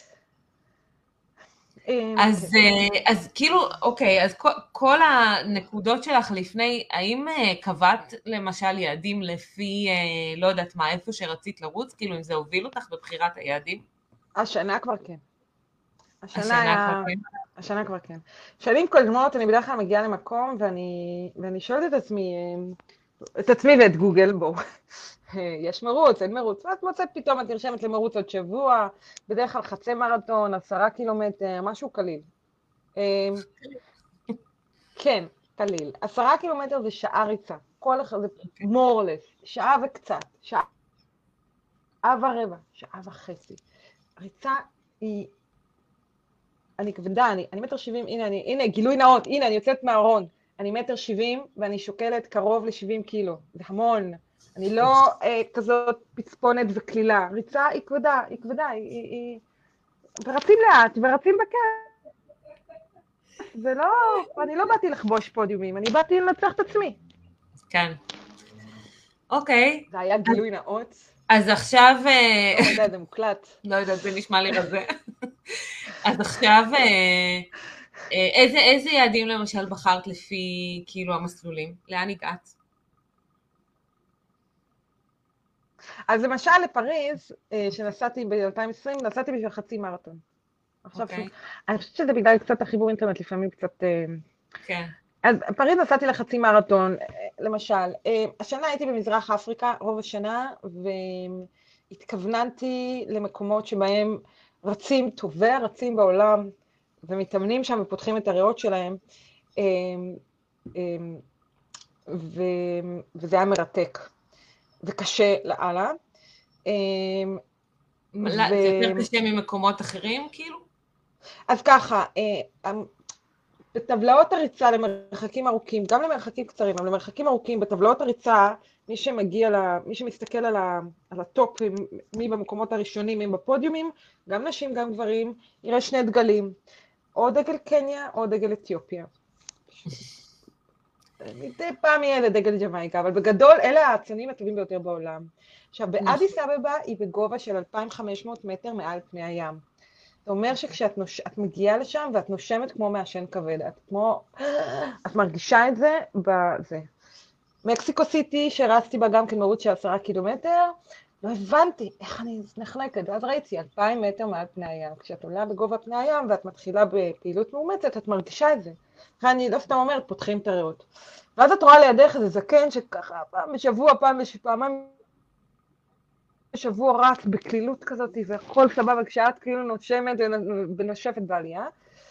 אז, אז כאילו, אוקיי, אז כל, כל הנקודות שלך לפני, האם קבעת למשל יעדים לפי, לא יודעת מה, איפה שרצית לרוץ, כאילו אם זה הוביל אותך בבחירת היעדים? השנה כבר כן. השנה, השנה היה... כבר כן? השנה כבר כן. שנים קודמות אני בדרך כלל מגיעה למקום ואני, ואני שואלת את עצמי, את עצמי ואת גוגל, בואו. יש מרוץ, אין מרוץ, ואת מוצאת פתאום, את נרשמת למרוץ עוד שבוע, בדרך כלל חצי מרתון, עשרה קילומטר, משהו קליל. כן, קליל. עשרה קילומטר זה שעה ריצה, כל אחד זה מורלס, שעה וקצת, שעה ורבע, שעה וחצי. ריצה היא, אני כבדה, אני, אני מטר שבעים, הנה, אני, הנה, גילוי נאות, הנה, אני יוצאת מהארון, אני מטר שבעים ואני שוקלת קרוב ל-שבעים קילו, זה המון. אני לא אה, כזאת פצפונת וכלילה, ריצה היא כבדה, היא כבדה, היא, היא, היא... ורצים לאט, ורצים בכיף. זה לא, אני לא באתי לחבוש פודיומים, אני באתי לנצח את עצמי. כן. אוקיי. זה היה גילוי נאות. אז עכשיו... לא יודעת, זה מוקלט. לא יודעת, זה נשמע לי רזה. אז עכשיו איזה, איזה יעדים למשל בחרת לפי כאילו המסלולים? לאן הגעת? אז למשל לפריז, שנסעתי ב-אלפיים ועשרים, נסעתי בשביל חצי מרתון. עכשיו שוב, אני חושבת שזה בגלל קצת החיבור אינטרנט, לפעמים קצת... כן. אז פריז נסעתי לחצי מרתון, למשל. השנה הייתי במזרח אפריקה, רוב השנה, והתכווננתי למקומות שבהם רצים, טובי הרצים בעולם, ומתאמנים שם ופותחים את הריאות שלהם, וזה היה מרתק. וקשה לאללה. זה יותר קשה ממקומות אחרים, כאילו? אז ככה, בטבלאות הריצה למרחקים ארוכים, גם למרחקים קצרים, אבל למרחקים ארוכים, בטבלאות הריצה, מי שמגיע, מי שמסתכל על, ה, על הטופ, מי במקומות הראשונים, מי בפודיומים, גם נשים, גם גברים, יראה שני דגלים, או דגל קניה, או דגל אתיופיה. מדי פעם יהיה לדגל ג'מייקה, אבל בגדול אלה האצנים הטובים ביותר בעולם. עכשיו, באדיס אבבה היא בגובה של אלפיים וחמש מאות מטר מעל פני הים. זה אומר שכשאת נוש... את מגיעה לשם ואת נושמת כמו מעשן כבד, את כמו... את מרגישה את זה בזה. מקסיקו סיטי, שרצתי בה גם כמרוץ של עשרה קילומטר, לא הבנתי איך אני נחנקת, ואז ראיתי אלפיים מטר מעל פני הים. כשאת עולה בגובה פני הים ואת מתחילה בפעילות מאומצת, את מרגישה את זה. אני לא סתם אומרת, פותחים את הריאות. ואז את רואה לידך איזה זקן שככה פעם בשבוע, פעם בשפעמיים בשבוע רץ בכלילות כזאת, והכל סבבה, כשאת כאילו נושמת ונושפת בעלייה.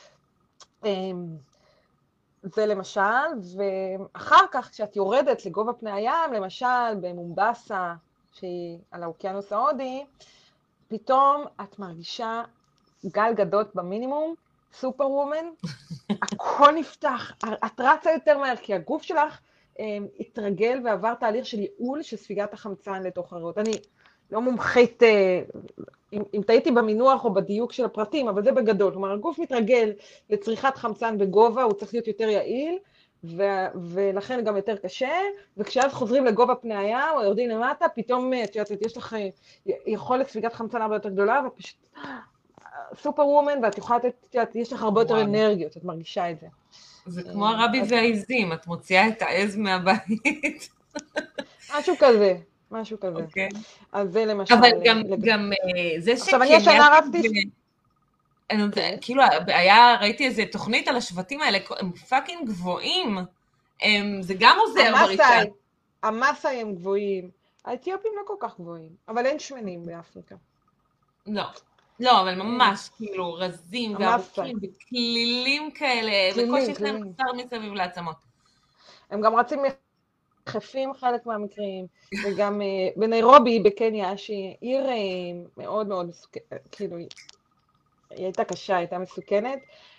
זה למשל, ואחר כך כשאת יורדת לגובה פני הים, למשל במומבסה, שהיא על האוקיינוס ההודי, פתאום את מרגישה גל גדות במינימום, סופר וומן, הכל נפתח, את רצה יותר מהר, כי הגוף שלך התרגל ועבר תהליך של ייעול של ספיגת החמצן לתוך הריאות. אני לא מומחית, אם, אם טעיתי במינוח או בדיוק של הפרטים, אבל זה בגדול. כלומר, הגוף מתרגל לצריכת חמצן בגובה, הוא צריך להיות יותר יעיל, ו, ולכן גם יותר קשה, וכשאז חוזרים לגובה פני הים, או יורדים למטה, פתאום, את יודעת, יש לך יכולת ספיגת חמצן הרבה יותר גדולה, ופשוט סופר וומן, ואת יכולה לתת, את יודעת, יש לך הרבה יותר אנרגיות, את מרגישה את זה. זה כמו הרבי והעזים, את מוציאה את העז מהבית. משהו כזה. משהו כזה. אוקיי. אז זה למשל... אבל גם, גם זה עכשיו, אני השנה רבתי... כאילו, היה, ראיתי איזה תוכנית על השבטים האלה, הם פאקינג גבוהים. זה גם עוזר בריצה. המסה הם גבוהים. האתיופים לא כל כך גבוהים, אבל אין שמנים באפריקה. לא. לא, אבל ממש, כאילו, רזים וארוכים, וכלילים כאלה, בקושי יש להם קצר מסביב לעצמות. הם גם רצים חפים חלק מהמקרים, וגם בניירובי, בקניה, שהיא עיר מאוד מאוד מסוכנת, כאילו, היא הייתה קשה, הייתה מסוכנת,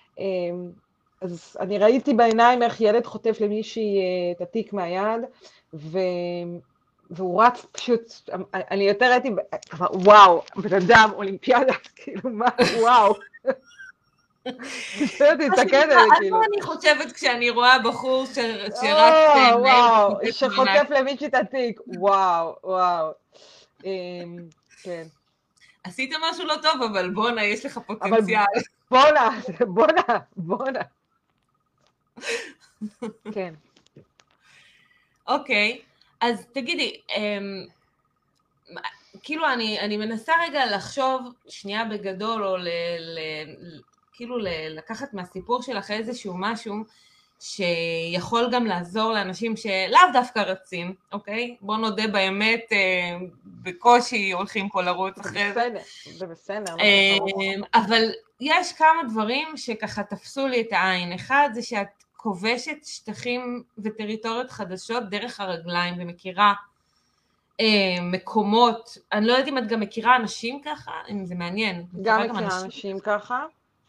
אז אני ראיתי בעיניים איך ילד חוטף למישהי את התיק מהיד, ו... והוא רץ פשוט, אני יותר ראיתי, וואו, בן אדם, אולימפיאדה, כאילו, מה, וואו. מה אני חושבת כשאני רואה בחור שרץ... וואו, שחוטף למישהי את התיק, וואו, וואו. כן. עשית משהו לא טוב, אבל בונה, יש לך פוטנציאל. בונה, בונה, בונה. כן. אוקיי, אז תגידי, כאילו אני מנסה רגע לחשוב שנייה בגדול, או כאילו לקחת מהסיפור שלך איזשהו משהו, שיכול גם לעזור לאנשים שלאו דווקא רצים, אוקיי? בוא נודה באמת, בקושי הולכים פה לרוץ אחרי זה. זה בסדר. אבל יש כמה דברים שככה תפסו לי את העין. אחד זה שאת כובשת שטחים וטריטוריות חדשות דרך הרגליים, ומכירה מקומות, אני לא יודעת אם את גם מכירה אנשים ככה, אם זה מעניין. גם מכירה אנשים ככה.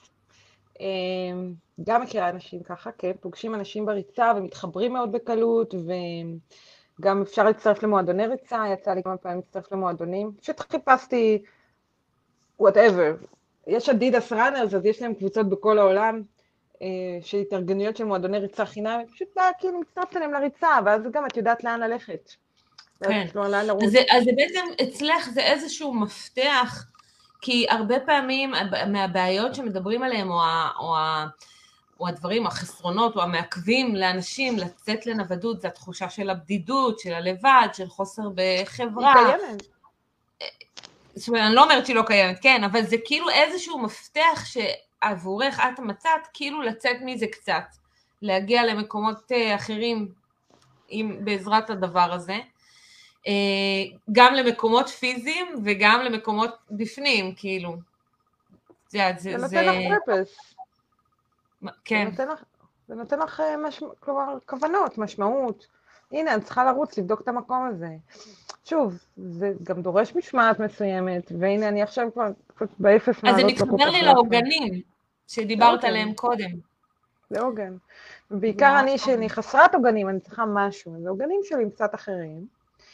גם מכירה אנשים ככה, כן, פוגשים אנשים בריצה ומתחברים מאוד בקלות, וגם אפשר להצטרף למועדוני ריצה, יצא לי כמה פעמים להצטרף למועדונים, פשוט חיפשתי whatever, יש אדידס ראנרס, אז יש להם קבוצות בכל העולם, של התארגנויות של מועדוני ריצה חינם, פשוט לה, כאילו מצטרפת להם לריצה, ואז גם את יודעת לאן ללכת. כן, אז זה, אז זה בעצם אצלך זה איזשהו מפתח, כי הרבה פעמים מהבעיות שמדברים עליהן, או, ה, או ה, או הדברים, החסרונות או המעכבים לאנשים לצאת לנוודות, זה התחושה של הבדידות, של הלבד, של חוסר בחברה. היא קיימת. זאת אומרת, אני לא אומרת שהיא לא קיימת, כן, אבל זה כאילו איזשהו מפתח שעבורך את מצאת, כאילו לצאת מזה קצת, להגיע למקומות אחרים עם, בעזרת הדבר הזה, גם למקומות פיזיים וגם למקומות בפנים, כאילו. זה, זה, זה נותן זה... לך פרפס. כן. זה נותן לך, זה נותן לך משמע, כלומר, כוונות, משמעות. הנה, אני צריכה לרוץ, לבדוק את המקום הזה. שוב, זה גם דורש משמעת מסוימת, והנה אני עכשיו כבר קצת באפס מעלות. אז זה מתחבר לי לעוגנים שדיברת עליהם קודם. זה עוגן. ובעיקר אני, שאני חסרת עוגנים, אני צריכה משהו. זה עוגנים שלי עם קצת אחרים.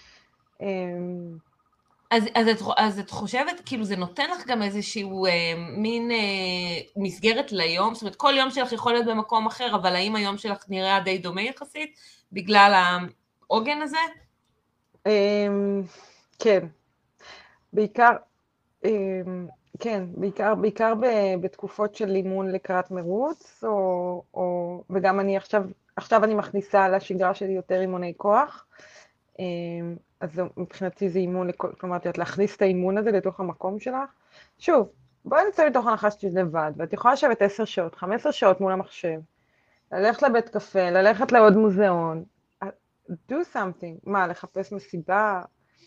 אז, אז, את, אז את חושבת, כאילו זה נותן לך גם איזשהו אה, מין אה, מסגרת ליום, זאת אומרת כל יום שלך יכול להיות במקום אחר, אבל האם היום שלך נראה די דומה יחסית, בגלל העוגן הזה? אה, כן, בעיקר, אה, כן, בעיקר, בעיקר בתקופות של אימון לקראת מרוץ, או, או, וגם אני עכשיו, עכשיו אני מכניסה לשגרה שלי יותר אימוני כוח, אה, אז מבחינתי זה אימון, כלומר, להכניס את האימון הזה לתוך המקום שלך. שוב, בואי נצא מתוך הנחה שלי לבד, ואת יכולה לשבת עשר שעות, חמש עשרה שעות מול המחשב, ללכת לבית קפה, ללכת לעוד מוזיאון, do something. מה, לחפש מסיבה?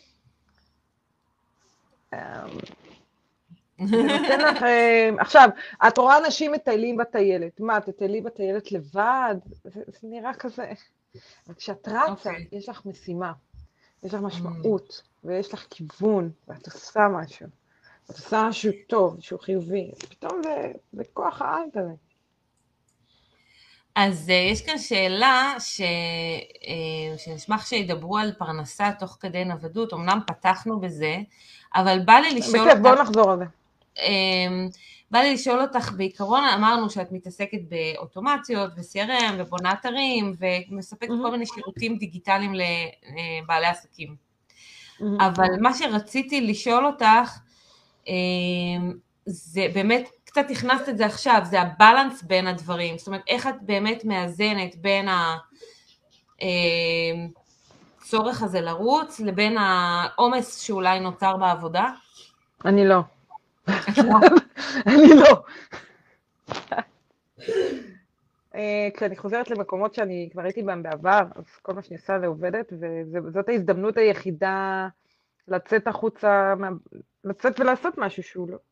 זה נותן לך... עכשיו, את רואה אנשים מטיילים בטיילת. מה, תטיילי בטיילת לבד? זה, זה נראה כזה. אבל כשאת רצה, okay. יש לך משימה. יש לך משמעות, ויש לך כיוון, ואת עושה משהו. את עושה משהו טוב, משהו חיובי. פתאום זה, זה כוח העל כזה. אז uh, יש כאן שאלה ש... uh, שנשמח שידברו על פרנסה תוך כדי נוודות. אמנם פתחנו בזה, אבל בא לי לשאול בכיף, אותך... בואו נחזור על זה. Uh, בא לי לשאול אותך, בעיקרון אמרנו שאת מתעסקת באוטומציות ו-סי אר אם ובונה אתרים, ומספקת mm-hmm. כל מיני שירותים דיגיטליים לבעלי עסקים. Mm-hmm. אבל מה שרציתי לשאול אותך, uh, זה באמת, קצת הכנסת את זה עכשיו, זה הבלנס בין הדברים, זאת אומרת, איך את באמת מאזנת בין הצורך הזה לרוץ, לבין העומס שאולי נוצר בעבודה? אני לא. אני לא. כשאני חוזרת למקומות שאני כבר הייתי בהם בעבר, אז כל מה שאני עושה זה עובדת, וזאת ההזדמנות היחידה לצאת החוצה, לצאת ולעשות משהו שהוא לא.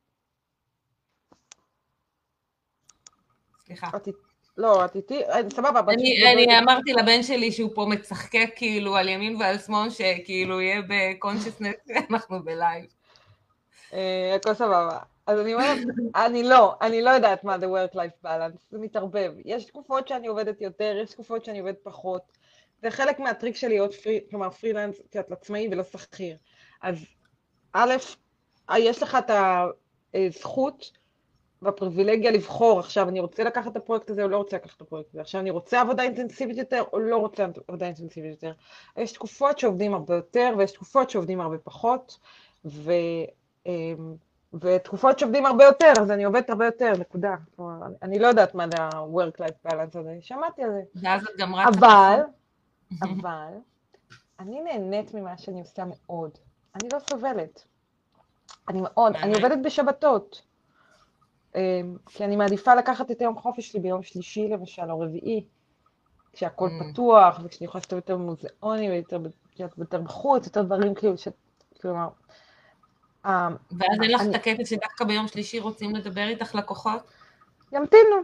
סליחה. לא, את איתי, סבבה. אני אמרתי לבן שלי שהוא פה מצחקק כאילו על ימין ועל שמאל, שכאילו יהיה בקונשסנס, אנחנו בלייב. הכל סבבה. אז אני אומרת, אני לא, אני לא יודעת מה זה work-life balance, זה מתערבב. יש תקופות שאני עובדת יותר, יש תקופות שאני עובדת פחות. זה חלק מהטריק שלי להיות פרי, כלומר פרילנס, קצת לעצמאי ולא שכיר. אז א', יש לך את הזכות והפריבילגיה לבחור, עכשיו אני רוצה לקחת את הפרויקט הזה או לא רוצה לקחת את הפרויקט הזה, עכשיו אני רוצה עבודה אינטנסיבית יותר או לא רוצה עבודה אינטנסיבית יותר. יש תקופות שעובדים הרבה יותר ויש תקופות שעובדים הרבה פחות, ו... ותקופות שעובדים הרבה יותר, אז אני עובדת הרבה יותר, נקודה. כלומר, אני לא יודעת מה זה ה-work-life balance הזה, שמעתי על זה. אבל, אבל, אני נהנית ממה שאני עושה מאוד. אני לא סובלת. אני מאוד, אני עובדת בשבתות. כי אני מעדיפה לקחת את היום חופש שלי ביום שלישי למשל, או רביעי, כשהכל פתוח, וכשאני יכולה לעשות יותר במוזיאונים, ויותר בחוץ, יותר דברים כאילו, כלומר, ואז אין לך את הקטע שדווקא ביום שלישי רוצים לדבר איתך לקוחות? ימתינו.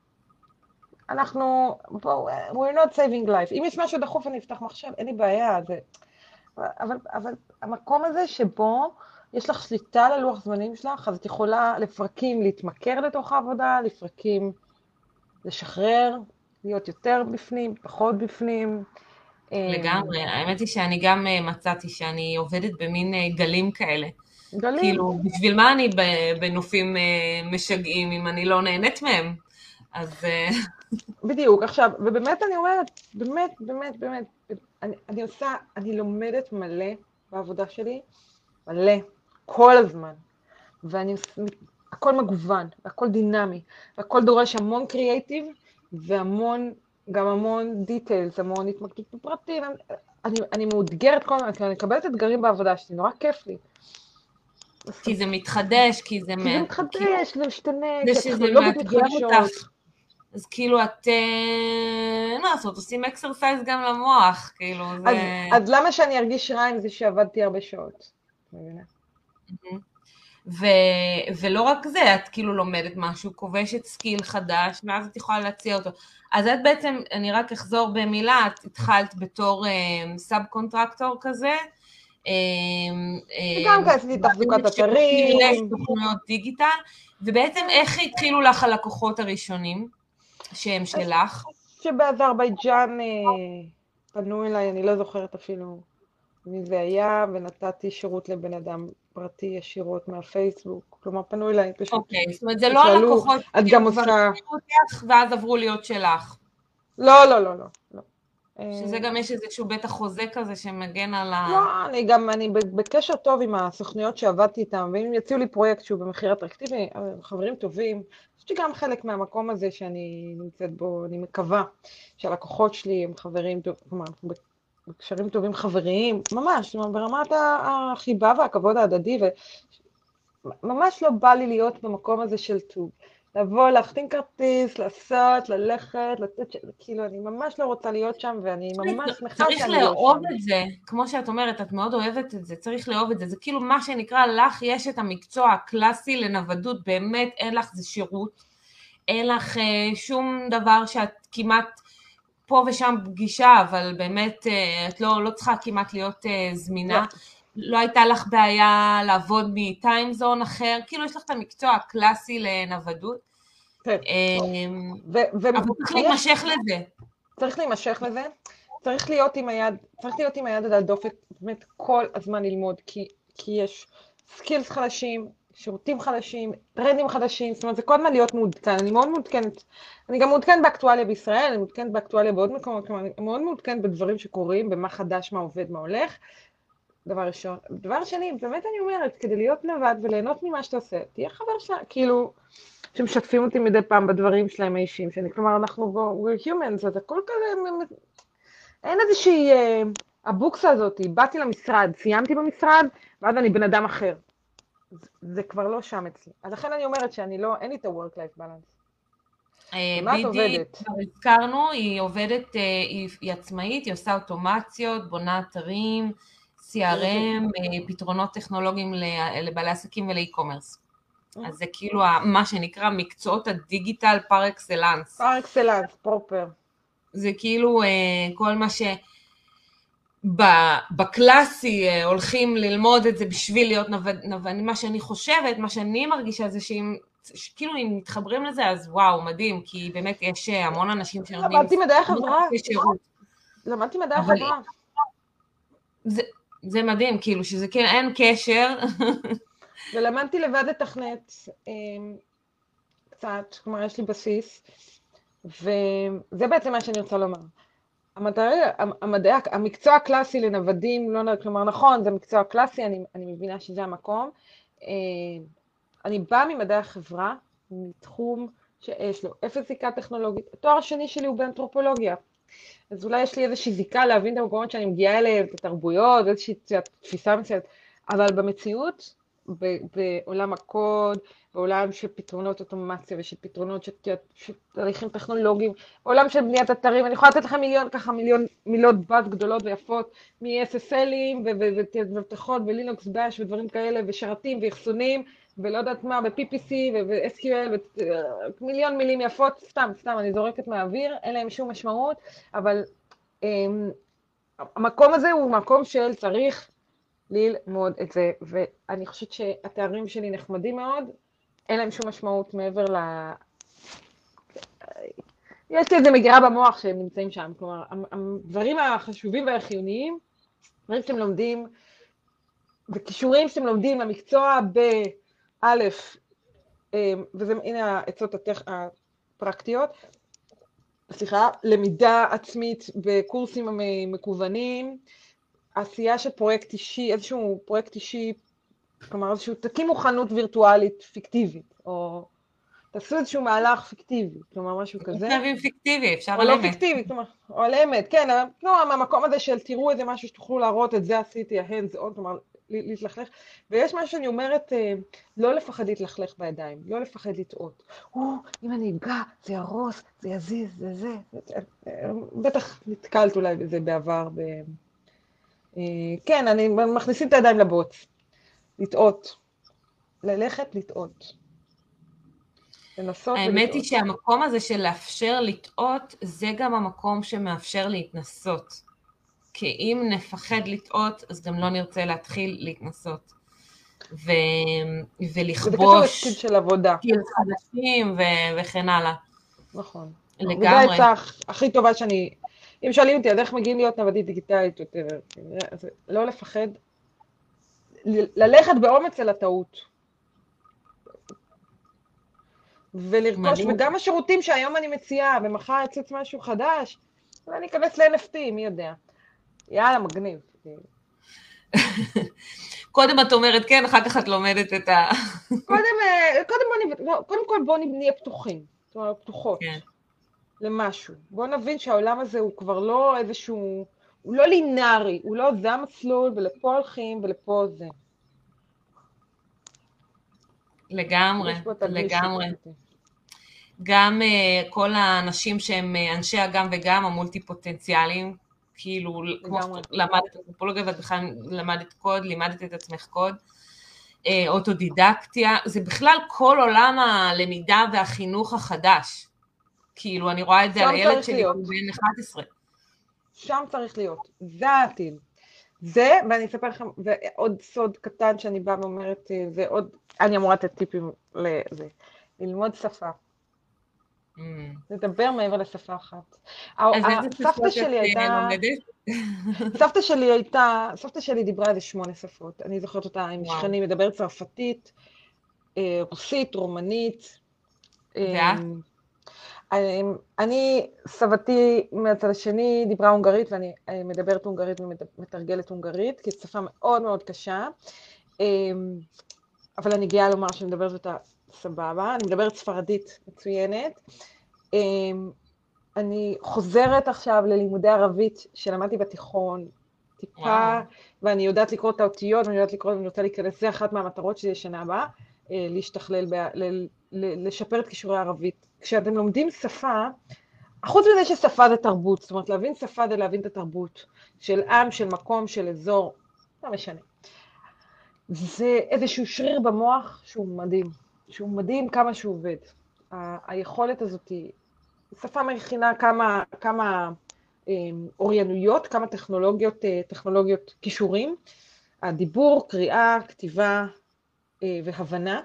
אנחנו, בואו, we're not saving life. אם יש משהו דחוף אני אפתח מחשב, אין לי בעיה. זה... אבל, אבל המקום הזה שבו יש לך שליטה על הלוח זמנים שלך, אז את יכולה לפרקים להתמכר לתוך העבודה, לפרקים לשחרר, להיות יותר בפנים, פחות בפנים. לגמרי. האמת היא שאני גם מצאתי שאני עובדת במין גלים כאלה. גלים. כאילו, בשביל מה אני בנופים משגעים אם אני לא נהנית מהם? אז... בדיוק, עכשיו, ובאמת אני אומרת, באמת, באמת, באמת, אני, אני עושה, אני לומדת מלא בעבודה שלי, מלא, כל הזמן, ואני, הכל מגוון, הכל דינמי, הכל דורש המון קריאייטיב, והמון, גם המון דיטיילס, המון התמקדות בפרטים. אני, אני מאותגרת כל הזמן, כי אני מקבלת אתגרים בעבודה שלי, נורא כיף לי. כי זה מתחדש, כי זה... כי זה מה- כאילו, מתחדש, כי זה משתנה, זה כי שזה הטכנולוגיות מאתגר מתחדשות. אותך. אז כאילו את... אה, מה לעשות, עושים אקסרסייז גם למוח, כאילו, זה... אז, אז למה שאני ארגיש רע עם זה שעבדתי הרבה שעות? מבינה? ו... ולא רק זה, את כאילו לומדת משהו, כובשת סקיל חדש, ואז את יכולה להציע אותו. אז את בעצם, אני רק אחזור במילה, את התחלת בתור אה, סאב קונטרקטור כזה, אה, וגם אה, עשיתי תחזוקת אתרים. תוכניות דיגיטל, ובעצם איך התחילו לך הלקוחות הראשונים שהם שלך? שבאזרבייג'אן אה, פנו אליי, אני לא זוכרת אפילו מי זה היה, ונתתי שירות לבן אדם פרטי ישירות מהפייסבוק. כלומר, פנו אליי פשוט. אוקיי, זאת אומרת, זה לא שאלו, הלקוחות את גם שכבר עושה... הכירו אותך, ואז עברו להיות שלך. לא, לא, לא, לא. לא. שזה גם יש איזשהו בטח חוזה כזה שמגן על ה... לא, אני גם, אני בקשר טוב עם הסוכניות שעבדתי איתן, ואם יציעו לי פרויקט שהוא במחיר אטרקטיבי, חברים טובים, אני חושבת שגם חלק מהמקום הזה שאני נמצאת בו, אני מקווה שהלקוחות שלי הם חברים, כלומר, בקשרים טובים חבריים, ממש, ברמת החיבה והכבוד ההדדי, וממש לא בא לי להיות במקום הזה של טוב. לבוא, להחתים כרטיס, לעשות, ללכת, לתת, כאילו, אני ממש לא רוצה להיות שם, ואני ממש שמחה שאני לא שם. צריך לאהוב את זה, כמו שאת אומרת, את מאוד אוהבת את זה, צריך לאהוב את זה, זה כאילו מה שנקרא, לך יש את המקצוע הקלאסי לנוודות, באמת אין לך זה שירות, אין לך uh, שום דבר שאת כמעט פה ושם פגישה, אבל באמת uh, את לא, לא צריכה כמעט להיות uh, זמינה. לא הייתה לך בעיה לעבוד מטיימזון אחר, כאילו יש לך את המקצוע הקלאסי לנוודות, אבל צריך להימשך לזה. צריך להימשך לזה, צריך להיות עם היד, צריך להיות עם היד על הדופק, באמת כל הזמן ללמוד, כי, כי יש סקילס חדשים, שירותים חדשים, טרנדים חדשים, זאת אומרת זה כל הזמן להיות מעודכן, אני מאוד מעודכנת, אני גם מעודכנת באקטואליה בישראל, אני מעודכנת באקטואליה בעוד מקומות, כלומר אני מאוד מעודכנת בדברים שקורים, במה חדש, מה עובד, מה הולך, דבר ראשון. דבר שני, באמת אני אומרת, כדי להיות לבד וליהנות ממה שאתה עושה, תהיה חבר שלה, כאילו, שמשתפים אותי מדי פעם בדברים שלהם האישיים, שאני, כלומר, אנחנו בו, we're humans, אז הכל כזה, אין איזושהי, הבוקסה הזאת, באתי למשרד, סיימתי במשרד, ואז אני בן אדם אחר. זה כבר לא שם אצלי. אז לכן אני אומרת שאני לא, אין לי את ה-work-life balance. מה את עובדת? הזכרנו, היא עובדת, היא עצמאית, היא עושה אוטומציות, בונה אתרים, סי אר אם, פתרונות טכנולוגיים לבעלי עסקים ולאי-קומרס. אז זה כאילו מה שנקרא מקצועות הדיגיטל פר אקסלנס. פר אקסלנס, פרופר. זה כאילו כל מה שבקלאסי הולכים ללמוד את זה בשביל להיות נווד. מה שאני חושבת, מה שאני מרגישה זה שאם, כאילו אם מתחברים לזה אז וואו, מדהים, כי באמת יש המון אנשים שנותנים... למדתי מדעי החברה. למדתי מדעי החברה. זה... זה מדהים, כאילו, שזה כן, אין קשר. ולמדתי לבד לתכנת קצת, כלומר, יש לי בסיס, וזה בעצם מה שאני רוצה לומר. המדעי, המדעי, המקצוע הקלאסי לנוודים, לא, כלומר, נכון, זה מקצוע קלאסי, אני, אני מבינה שזה המקום. אני באה ממדעי החברה, מתחום שיש לו אפס זיקה טכנולוגית. התואר השני שלי הוא באנתרופולוגיה. אז אולי יש לי איזושהי זיקה להבין את המקומות שאני מגיעה אליהם, את התרבויות, איזושהי תפיסה מסוימת, אבל במציאות, בעולם הקוד, בעולם של פתרונות אוטומציה ושל פתרונות של, של תהליכים טכנולוגיים, בעולם של בניית אתרים, אני יכולה לתת לכם מיליון, ככה מיליון מילות באז גדולות ויפות, מ-אס אס אל'ים ומבטחות ולינוקס באש ודברים כאלה, ושרתים ואחסונים, ולא יודעת מה, ב-פי פי סי ו-אס קיו אל, מיליון מילים יפות, סתם, סתם, אני זורקת מהאוויר, אין להם שום משמעות, אבל um, המקום הזה הוא מקום של צריך ללמוד את זה, ואני חושבת שהתארים שלי נחמדים מאוד, אין להם שום משמעות מעבר ל... יש לי איזה מגירה במוח שהם נמצאים שם, כלומר, הדברים החשובים והחיוניים, דברים שאתם לומדים, וכישורים שאתם לומדים למקצוע באלף, וזה, הנה העצות הפרקטיות, סליחה, למידה עצמית בקורסים מקוונים, עשייה של פרויקט אישי, איזשהו פרויקט אישי, כלומר איזשהו, תקימו חנות וירטואלית פיקטיבית, או תעשו איזשהו מהלך פיקטיבי, כלומר משהו כזה. חייבים פיקטיבי, אפשר או על לא אמת. פיקטיבי, כלומר, או על אמת, כן, כלומר, מהמקום הזה של תראו איזה משהו שתוכלו להראות, את זה עשיתי, ההנדס און, כלומר, להתלכלך. ויש משהו שאני אומרת, לא לפחד להתלכלך בידיים, לא לפחד לטעות. או, אם אני אגע, זה ירוס, זה יזיז, זה זה. בטח נתקלת אולי בזה בעבר. ב... כן, אני מכניסים את הידיים לבוץ. לטעות. ללכת לטעות. לנסות ולטעות. האמת היא שהמקום הזה של לאפשר לטעות, זה גם המקום שמאפשר להתנסות. כי אם נפחד לטעות, אז גם לא נרצה להתחיל להתנסות. ו... ולכבוש זה של עבודה. קיל חדשים ו... וכן הלאה. נכון. לגמרי. וזה העצה הכי טובה שאני, אם שואלים אותי, אז איך מגיעים להיות נוודית דיגיטלית יותר, אז לא לפחד, ללכת באומץ אל הטעות. ולרכוש, וגם השירותים שהיום אני מציעה, ומחר יצוץ משהו חדש, ואני אכנס ל-אן אף טי, מי יודע. יאללה, מגניב. קודם את אומרת כן, אחר כך את לומדת את ה... קודם כל בואו נהיה פתוחים, זאת אומרת, פתוחות למשהו. בואו נבין שהעולם הזה הוא כבר לא איזשהו, הוא לא לינארי, הוא לא זה המסלול, ולפה הולכים, ולפה זה. לגמרי, לגמרי. גם uh, כל האנשים שהם אנשי הגם וגם, המולטי פוטנציאליים, כאילו, כמו למדת אנתרופולוגיה ואת בכלל למדת קוד, לימדת את עצמך קוד, uh, אוטודידקטיה, זה בכלל כל עולם הלמידה והחינוך החדש. כאילו, אני רואה את זה על הילד שלי בן אחת עשרה. שם צריך להיות, זה העתיד. זה, ואני אספר לכם, ועוד סוד קטן שאני באה ואומרת, זה עוד, אני אמורה לתת טיפים לזה, ללמוד שפה. Mm. לדבר מעבר לשפה אחת. אז איזה שפות את לומדת? סבתא שלי הייתה, סבתא שלי דיברה איזה שמונה שפות, אני זוכרת אותה עם שכנים, מדברת צרפתית, רוסית, רומנית. ואת? אני, סבתי מהצד השני דיברה הונגרית, ואני מדברת הונגרית ומתרגלת הונגרית, כי זו שפה מאוד מאוד קשה, אבל אני גאה לומר שאני מדברת אותה סבבה, אני מדברת ספרדית מצוינת. אני חוזרת עכשיו ללימודי ערבית שלמדתי בתיכון, טיפה, ואני יודעת לקרוא את האותיות, ואני יודעת לקרוא, ואני רוצה להיכנס, זה אחת מהמטרות שלי שנה הבאה, להשתכלל, לשפר את כישורי הערבית. כשאתם לומדים שפה, חוץ מזה ששפה זה תרבות, זאת אומרת, להבין שפה זה להבין את התרבות של עם, של מקום, של אזור, לא משנה. זה איזשהו שריר במוח שהוא מדהים, שהוא מדהים כמה שהוא עובד. ה- היכולת הזאת היא, שפה מכינה כמה, כמה אה, אוריינויות, כמה טכנולוגיות, אה, טכנולוגיות כישורים, הדיבור, קריאה, כתיבה אה, והבנה,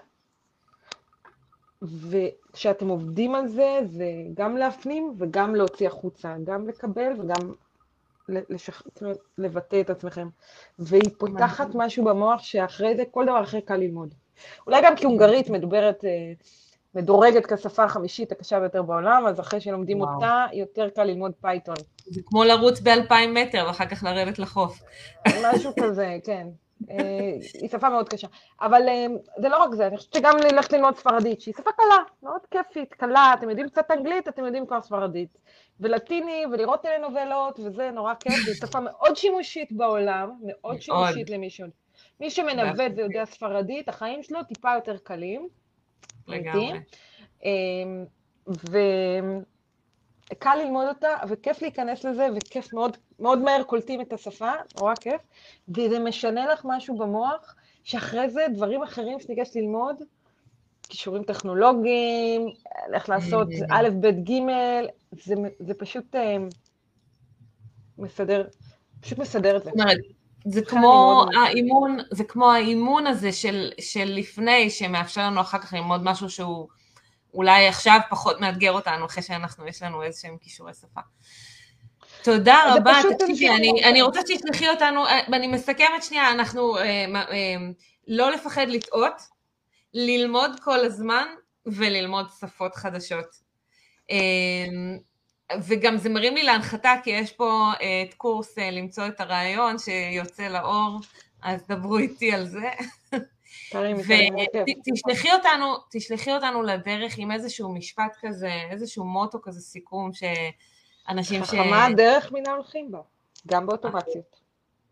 וכשאתם עובדים על זה, זה גם להפנים וגם להוציא החוצה, גם לקבל וגם לשח... לבטא את עצמכם. והיא פותחת משהו במוח שאחרי זה, כל דבר אחר קל ללמוד. אולי גם כי הונגרית מדוברת, מדורגת כשפה החמישית הקשה ביותר בעולם, אז אחרי שלומדים וואו. אותה, יותר קל ללמוד פייתון. זה כמו לרוץ באלפיים מטר, ואחר כך לרדת לחוף. משהו כזה, כן. היא שפה מאוד קשה. אבל זה לא רק זה, אני חושבת שגם ללכת ללמוד ספרדית, שהיא שפה קלה, מאוד כיפית, קלה, אתם יודעים קצת אנגלית, אתם יודעים כבר ספרדית. ולטיני, ולראות טלנובלות, וזה נורא כיף, היא שפה מאוד שימושית בעולם, מאוד שימושית למישהו. מי שמנווט ויודע ספרדית, החיים שלו טיפה יותר קלים. לגמרי. וקל ללמוד אותה, וכיף להיכנס לזה, וכיף מאוד, מאוד מהר קולטים את השפה, נורא כיף, וזה משנה לך משהו במוח, שאחרי זה דברים אחרים שניגש ללמוד, קישורים טכנולוגיים, איך לעשות א', ב', ג', זה, זה פשוט מסדר, פשוט מסדר את זה. זה כמו האימון, זה כמו האימון הזה של, של לפני, שמאפשר לנו אחר כך ללמוד משהו שהוא אולי עכשיו פחות מאתגר אותנו, אחרי שאנחנו, יש לנו איזשהם קישורי שפה. תודה רבה, תקשיבי, אני, אני רוצה שתשלחי אותנו, ואני מסכמת שנייה, אנחנו לא לפחד לטעות, ללמוד כל הזמן, וללמוד שפות חדשות. וגם זה מרים לי להנחתה, כי יש פה את קורס למצוא את הרעיון שיוצא לאור, אז דברו איתי על זה. תרימי, תרימי, בכיף. ותשלחי אותנו, תשלחי אותנו לדרך עם איזשהו משפט כזה, איזשהו מוטו כזה סיכום, שאנשים ש... חכמה הדרך מן ההולכים בה, גם באוטומציות.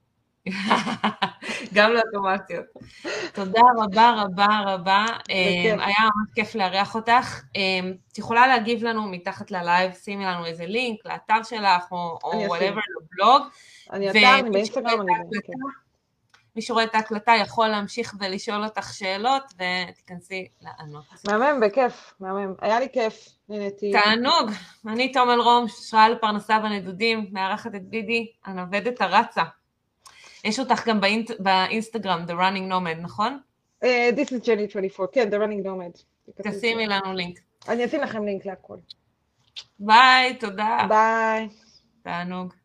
גם לאוטומציות. תודה רבה רבה רבה, היה ממש כיף לארח אותך. את יכולה להגיב לנו מתחת ללייב, שימי לנו איזה לינק לאתר שלך, או whatever, לבלוג. אני אתר, אני באינסטגרם, אני באינסטגרם. מי שרואה את ההקלטה יכול להמשיך ולשאול אותך שאלות, ותיכנסי לענות. מהמם, בכיף, מהמם. היה לי כיף, נהניתי. תענוג. אני תומל רום, שראה לפרנסה בנדודים, מארחת את דידי, הנוודת הרצה. יש אותך גם באינסטגרם, The Running Nomad, נכון? This is Jenny twenty-four, כן, The Running Nomad. תשימי לנו לינק. אני אשים לכם לינק להכל. ביי, תודה. ביי. תענוג.